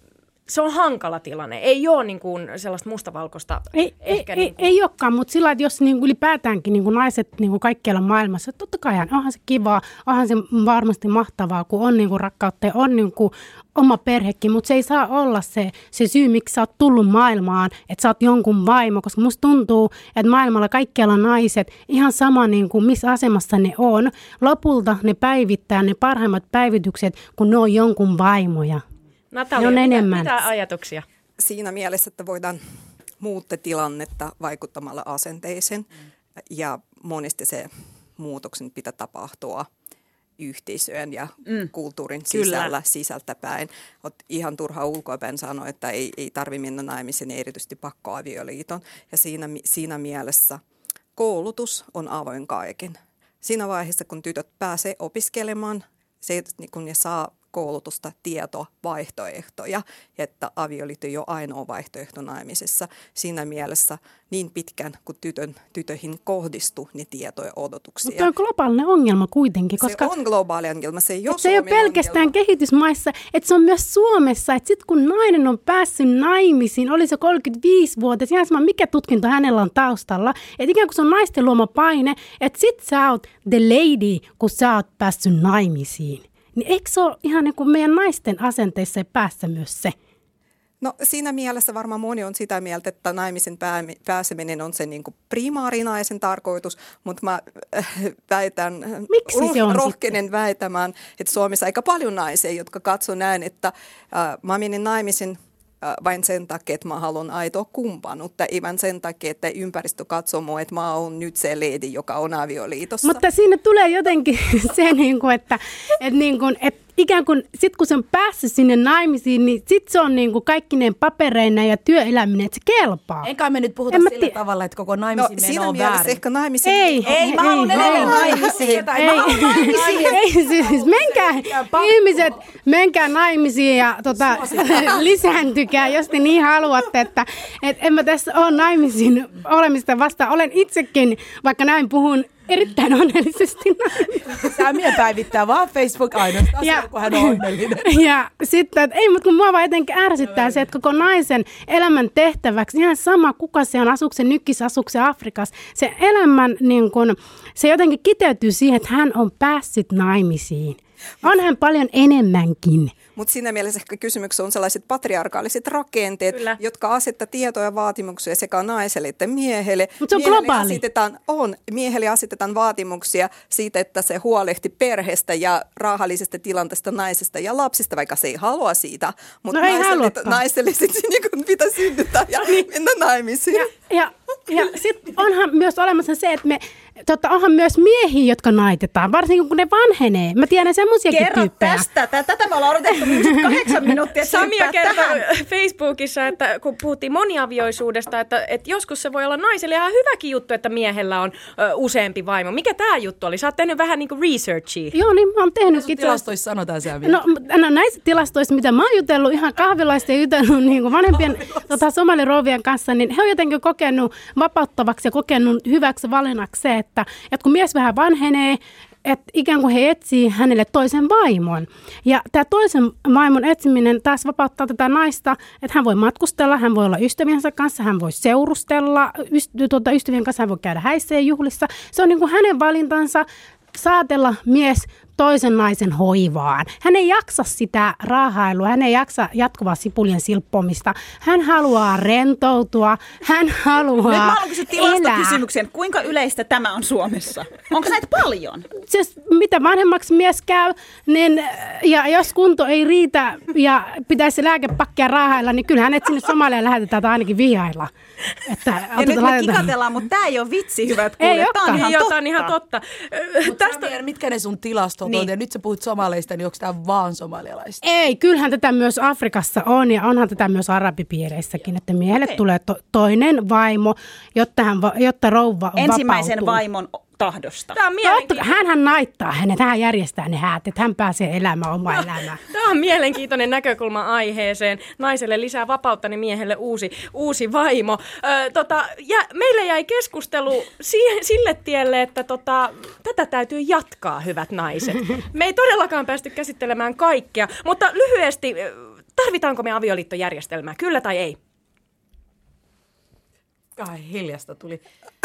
se on hankala tilanne. Ei ole niin kuin sellaista mustavalkoista. Ei, ehkä ei, niin kuin... ei olekaan, mutta sillä että jos niin kuin ylipäätäänkin niin kuin naiset niin kuin kaikkialla maailmassa, totta kai onhan se kivaa, onhan se varmasti mahtavaa, kun on niin kuin rakkautta ja on niin kuin oma perhekin, mutta se ei saa olla se, se syy, miksi sä oot tullut maailmaan, että sä oot jonkun vaimo, koska musta tuntuu, että maailmalla kaikkialla naiset, ihan sama niin kuin missä asemassa ne on, lopulta ne päivittää ne parhaimmat päivitykset, kun ne on jonkun vaimoja. Natalia, mitä, mitä ajatuksia? Siinä mielessä, että voidaan muuttaa tilannetta vaikuttamalla asenteeseen mm. ja monesti se muutoksen pitää tapahtua yhteisöön ja mm. kulttuurin sisällä, Kyllä. sisältäpäin. Oot ihan turha ulkoapäin sanoa, että ei, ei tarvitse mennä naimisiin, erityisesti pakkoavioliiton. Ja siinä, siinä mielessä koulutus on avoin kaiken. Siinä vaiheessa, kun tytöt pääsee opiskelemaan, se, kun ne saa koulutusta, tietoa, vaihtoehtoja, että avioliitto ei ole ainoa vaihtoehto naimisessa. Siinä mielessä niin pitkään, kun tytön, tytöihin kohdistuu ne tietoja ja odotuksia. Mutta on globaalinen ongelma kuitenkin. Koska se on globaali ongelma. Se ei ole, se ei ole pelkästään ongelma kehitysmaissa, että se on myös Suomessa. Että sitten kun nainen on päässyt naimisiin, oli se kolmekymmentäviisivuotias, ihan sama mikä tutkinto hänellä on taustalla. Että ikään kuin se on naisten luoma paine, että sit sä oot the lady, kun sä oot päässyt naimisiin. Niin eikö se ole ihan niin kuin meidän naisten asenteissa päässä myös se? No siinä mielessä varmaan moni on sitä mieltä, että naimisen pääseminen on se niin kuin primaarinaisen tarkoitus, mutta mä väitän, Miksi se on rohkenen sitten? väitämään, että Suomessa aika paljon naisia, jotka katsoo näin, että äh, mä menin naimisen vain sen takia, että mä haluan aitoa kumppanuutta, ei vain sen takia, että ympäristö katsoo mua, että mä oon nyt se lady, joka on avioliitossa. Mutta siinä tulee jotenkin se, että, että, että ikään kuin sit kun se on päässyt sinne naimisiin, niin sit se on niin kuin kaikkineen papereina ja työeläminen, että se kelpaa. Enkä me nyt puhuta en sillä tii- tavalla, että koko naimisiin no, meno on väärin. Ehkä naimisiin. Ei, ei, ei, mä haluan edelleen naimisiin. Ei, ei, siis menkää ihmiset, menkää naimisiin ja tota, lisääntykää, jos te niin haluatte, että et en mä tässä ole naimisiin olemista vastaan. Olen itsekin, vaikka näin puhun, erittäin onnellisesti. Säämiö päivittää vaan Facebook ainoastaan silloin, kun hän on onnellinen. Ja sitten, että ei, mutta kun mua vaan etenkin ärsyttää se, että koko naisen elämän tehtäväksi, ihan sama kuka se on, asuuko se nykis, asuuko se Afrikassa, se elämän, niin kun, se jotenkin kiteytyy siihen, että hän on päässyt naimisiin. On hän paljon enemmänkin. Mutta siinä mielessä ehkä kysymyksessä on sellaiset patriarkaaliset rakenteet, Kyllä. jotka asettaa tietoja ja vaatimuksia sekä naiselle että miehelle. Mutta se on miehelle globaali. Asetetaan, on, miehelle asetetaan vaatimuksia siitä, että se huolehti perheestä ja rahallisesta tilanteesta naisesta ja lapsista, vaikka se ei halua siitä. Mutta no naiselle, naiselle sitten niin pitää synnyttää ja mennä naimisiin. Ja, ja, ja sitten onhan myös olemassa se, että me... Totta, onhan myös miehiä, jotka naitetaan, varsinkin kun ne vanhenee. Mä tiedän semmoisiakin Kerro tyyppejä. tästä. Tätä me ollaan odotettu kahdeksan minuuttia. Samia kertoi Facebookissa, että kun puhuttiin moniavioisuudesta, että, että joskus se voi olla naiselle ihan hyväkin juttu, että miehellä on ö, useampi vaimo. Mikä tämä juttu oli? Sä oot tehnyt vähän niin kuin researchia. Joo, niin mä oon tehnyt. Mitä tilastoissa sanotaan se? No, no näissä tilastoissa, mitä mä oon jutellut ihan kahvilaista ja jutellut niin kuin vanhempien tota, somalirouvien kanssa, niin he on jotenkin kokenut vapauttavaksi ja kokenut hyväksi valinnaksi se, että, että kun mies vähän vanhenee, että ikään kuin he etsii hänelle toisen vaimon. Ja tämä toisen vaimon etsiminen taas vapauttaa tätä naista, että hän voi matkustella, hän voi olla ystäviensä kanssa, hän voi seurustella yst- tuota, ystävien kanssa, hän voi käydä häissä ja juhlissa. Se on niin kuin hänen valintansa saatella mies toisen naisen hoivaan. Hän ei jaksa sitä raahailua, hän ei jaksa jatkuvaa sipulien silppomista. Hän haluaa rentoutua, hän haluaa Nyt mä haluan kysyä tilastokysymyksen. Kuinka yleistä tämä on Suomessa? Onko näitä paljon? Siis mitä vanhemmaksi mies käy, niin, ja jos kunto ei riitä ja pitäisi lääkepakkia raahailla, niin kyllähän et sinne Somaliaan lähetetään tai ainakin vihailla. Että, ja nyt me kikatellaan, mutta tämä ei ole vitsi, hyvät kuulijat. Ei tämä on ihan Joo, totta. tämä on ihan totta. Tästä... Samir, mitkä ne sun tilastot niin. on? Ja nyt sä puhut somaleista, niin onko tämä vaan somalialaista? Ei, kyllähän tätä myös Afrikassa on ja onhan tätä myös arabipiireissäkin, että miehelle okay. tulee to- toinen vaimo, jotta, hän va- jotta rouva ensimmäisen vapautuu. vaimon tahdosta. Tämä on mielenkiintoinen. Hänhän naittaa hänet, hän järjestää ne häät, että hän pääsee elämään omaa elämää. Tämä on mielenkiintoinen näkökulma aiheeseen. Naiselle lisää vapautta, niin miehelle uusi, uusi vaimo. Ö, tota, ja meille jäi keskustelu siihen, sille tielle, että tota, tätä täytyy jatkaa, hyvät naiset. Me ei todellakaan päästy käsittelemään kaikkea, mutta lyhyesti, tarvitaanko me avioliittojärjestelmää, kyllä tai ei? Ai, hiljasta tuli.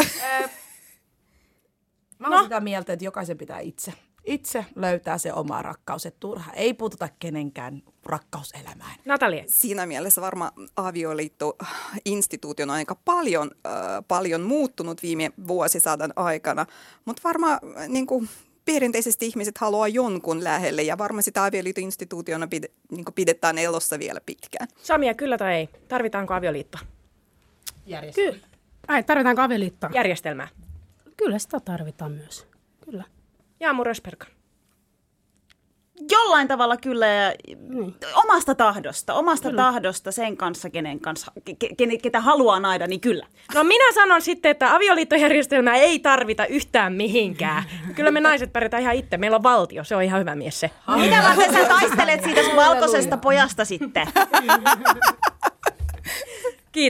Mä olen no. sitä mieltä, että jokaisen pitää itse, itse löytää se oma rakkaus, että turha ei puututa kenenkään rakkauselämään. Natalia. Siinä mielessä varmaan avioliitto-instituutio on aika paljon, äh, paljon muuttunut viime vuosisadan aikana, mutta varmaan niin kuin perinteisesti ihmiset haluaa jonkun lähelle ja varmaan sitä avioliitto-instituutiona pide, niin kuin pidetään elossa vielä pitkään. Samia, kyllä tai ei? Tarvitaanko avioliittoa? Järjestelmää. Kyllä. Ai, tarvitaanko avioliittoa? Järjestelmää. Kyllä sitä tarvitaan myös. Kyllä. Jaamu Rösperka. Jollain tavalla kyllä niin. omasta tahdosta, omasta kyllä. tahdosta sen kanssa, kenen kanssa, ke, ketä haluaa naida, niin kyllä. No minä sanon sitten, että avioliittojärjestelmää ei tarvita yhtään mihinkään. Kyllä me naiset pärjätään ihan itse. Meillä on valtio, se on ihan hyvä mies se. Mitä varten sä taistelet siitä sun valkoisesta pojasta sitten?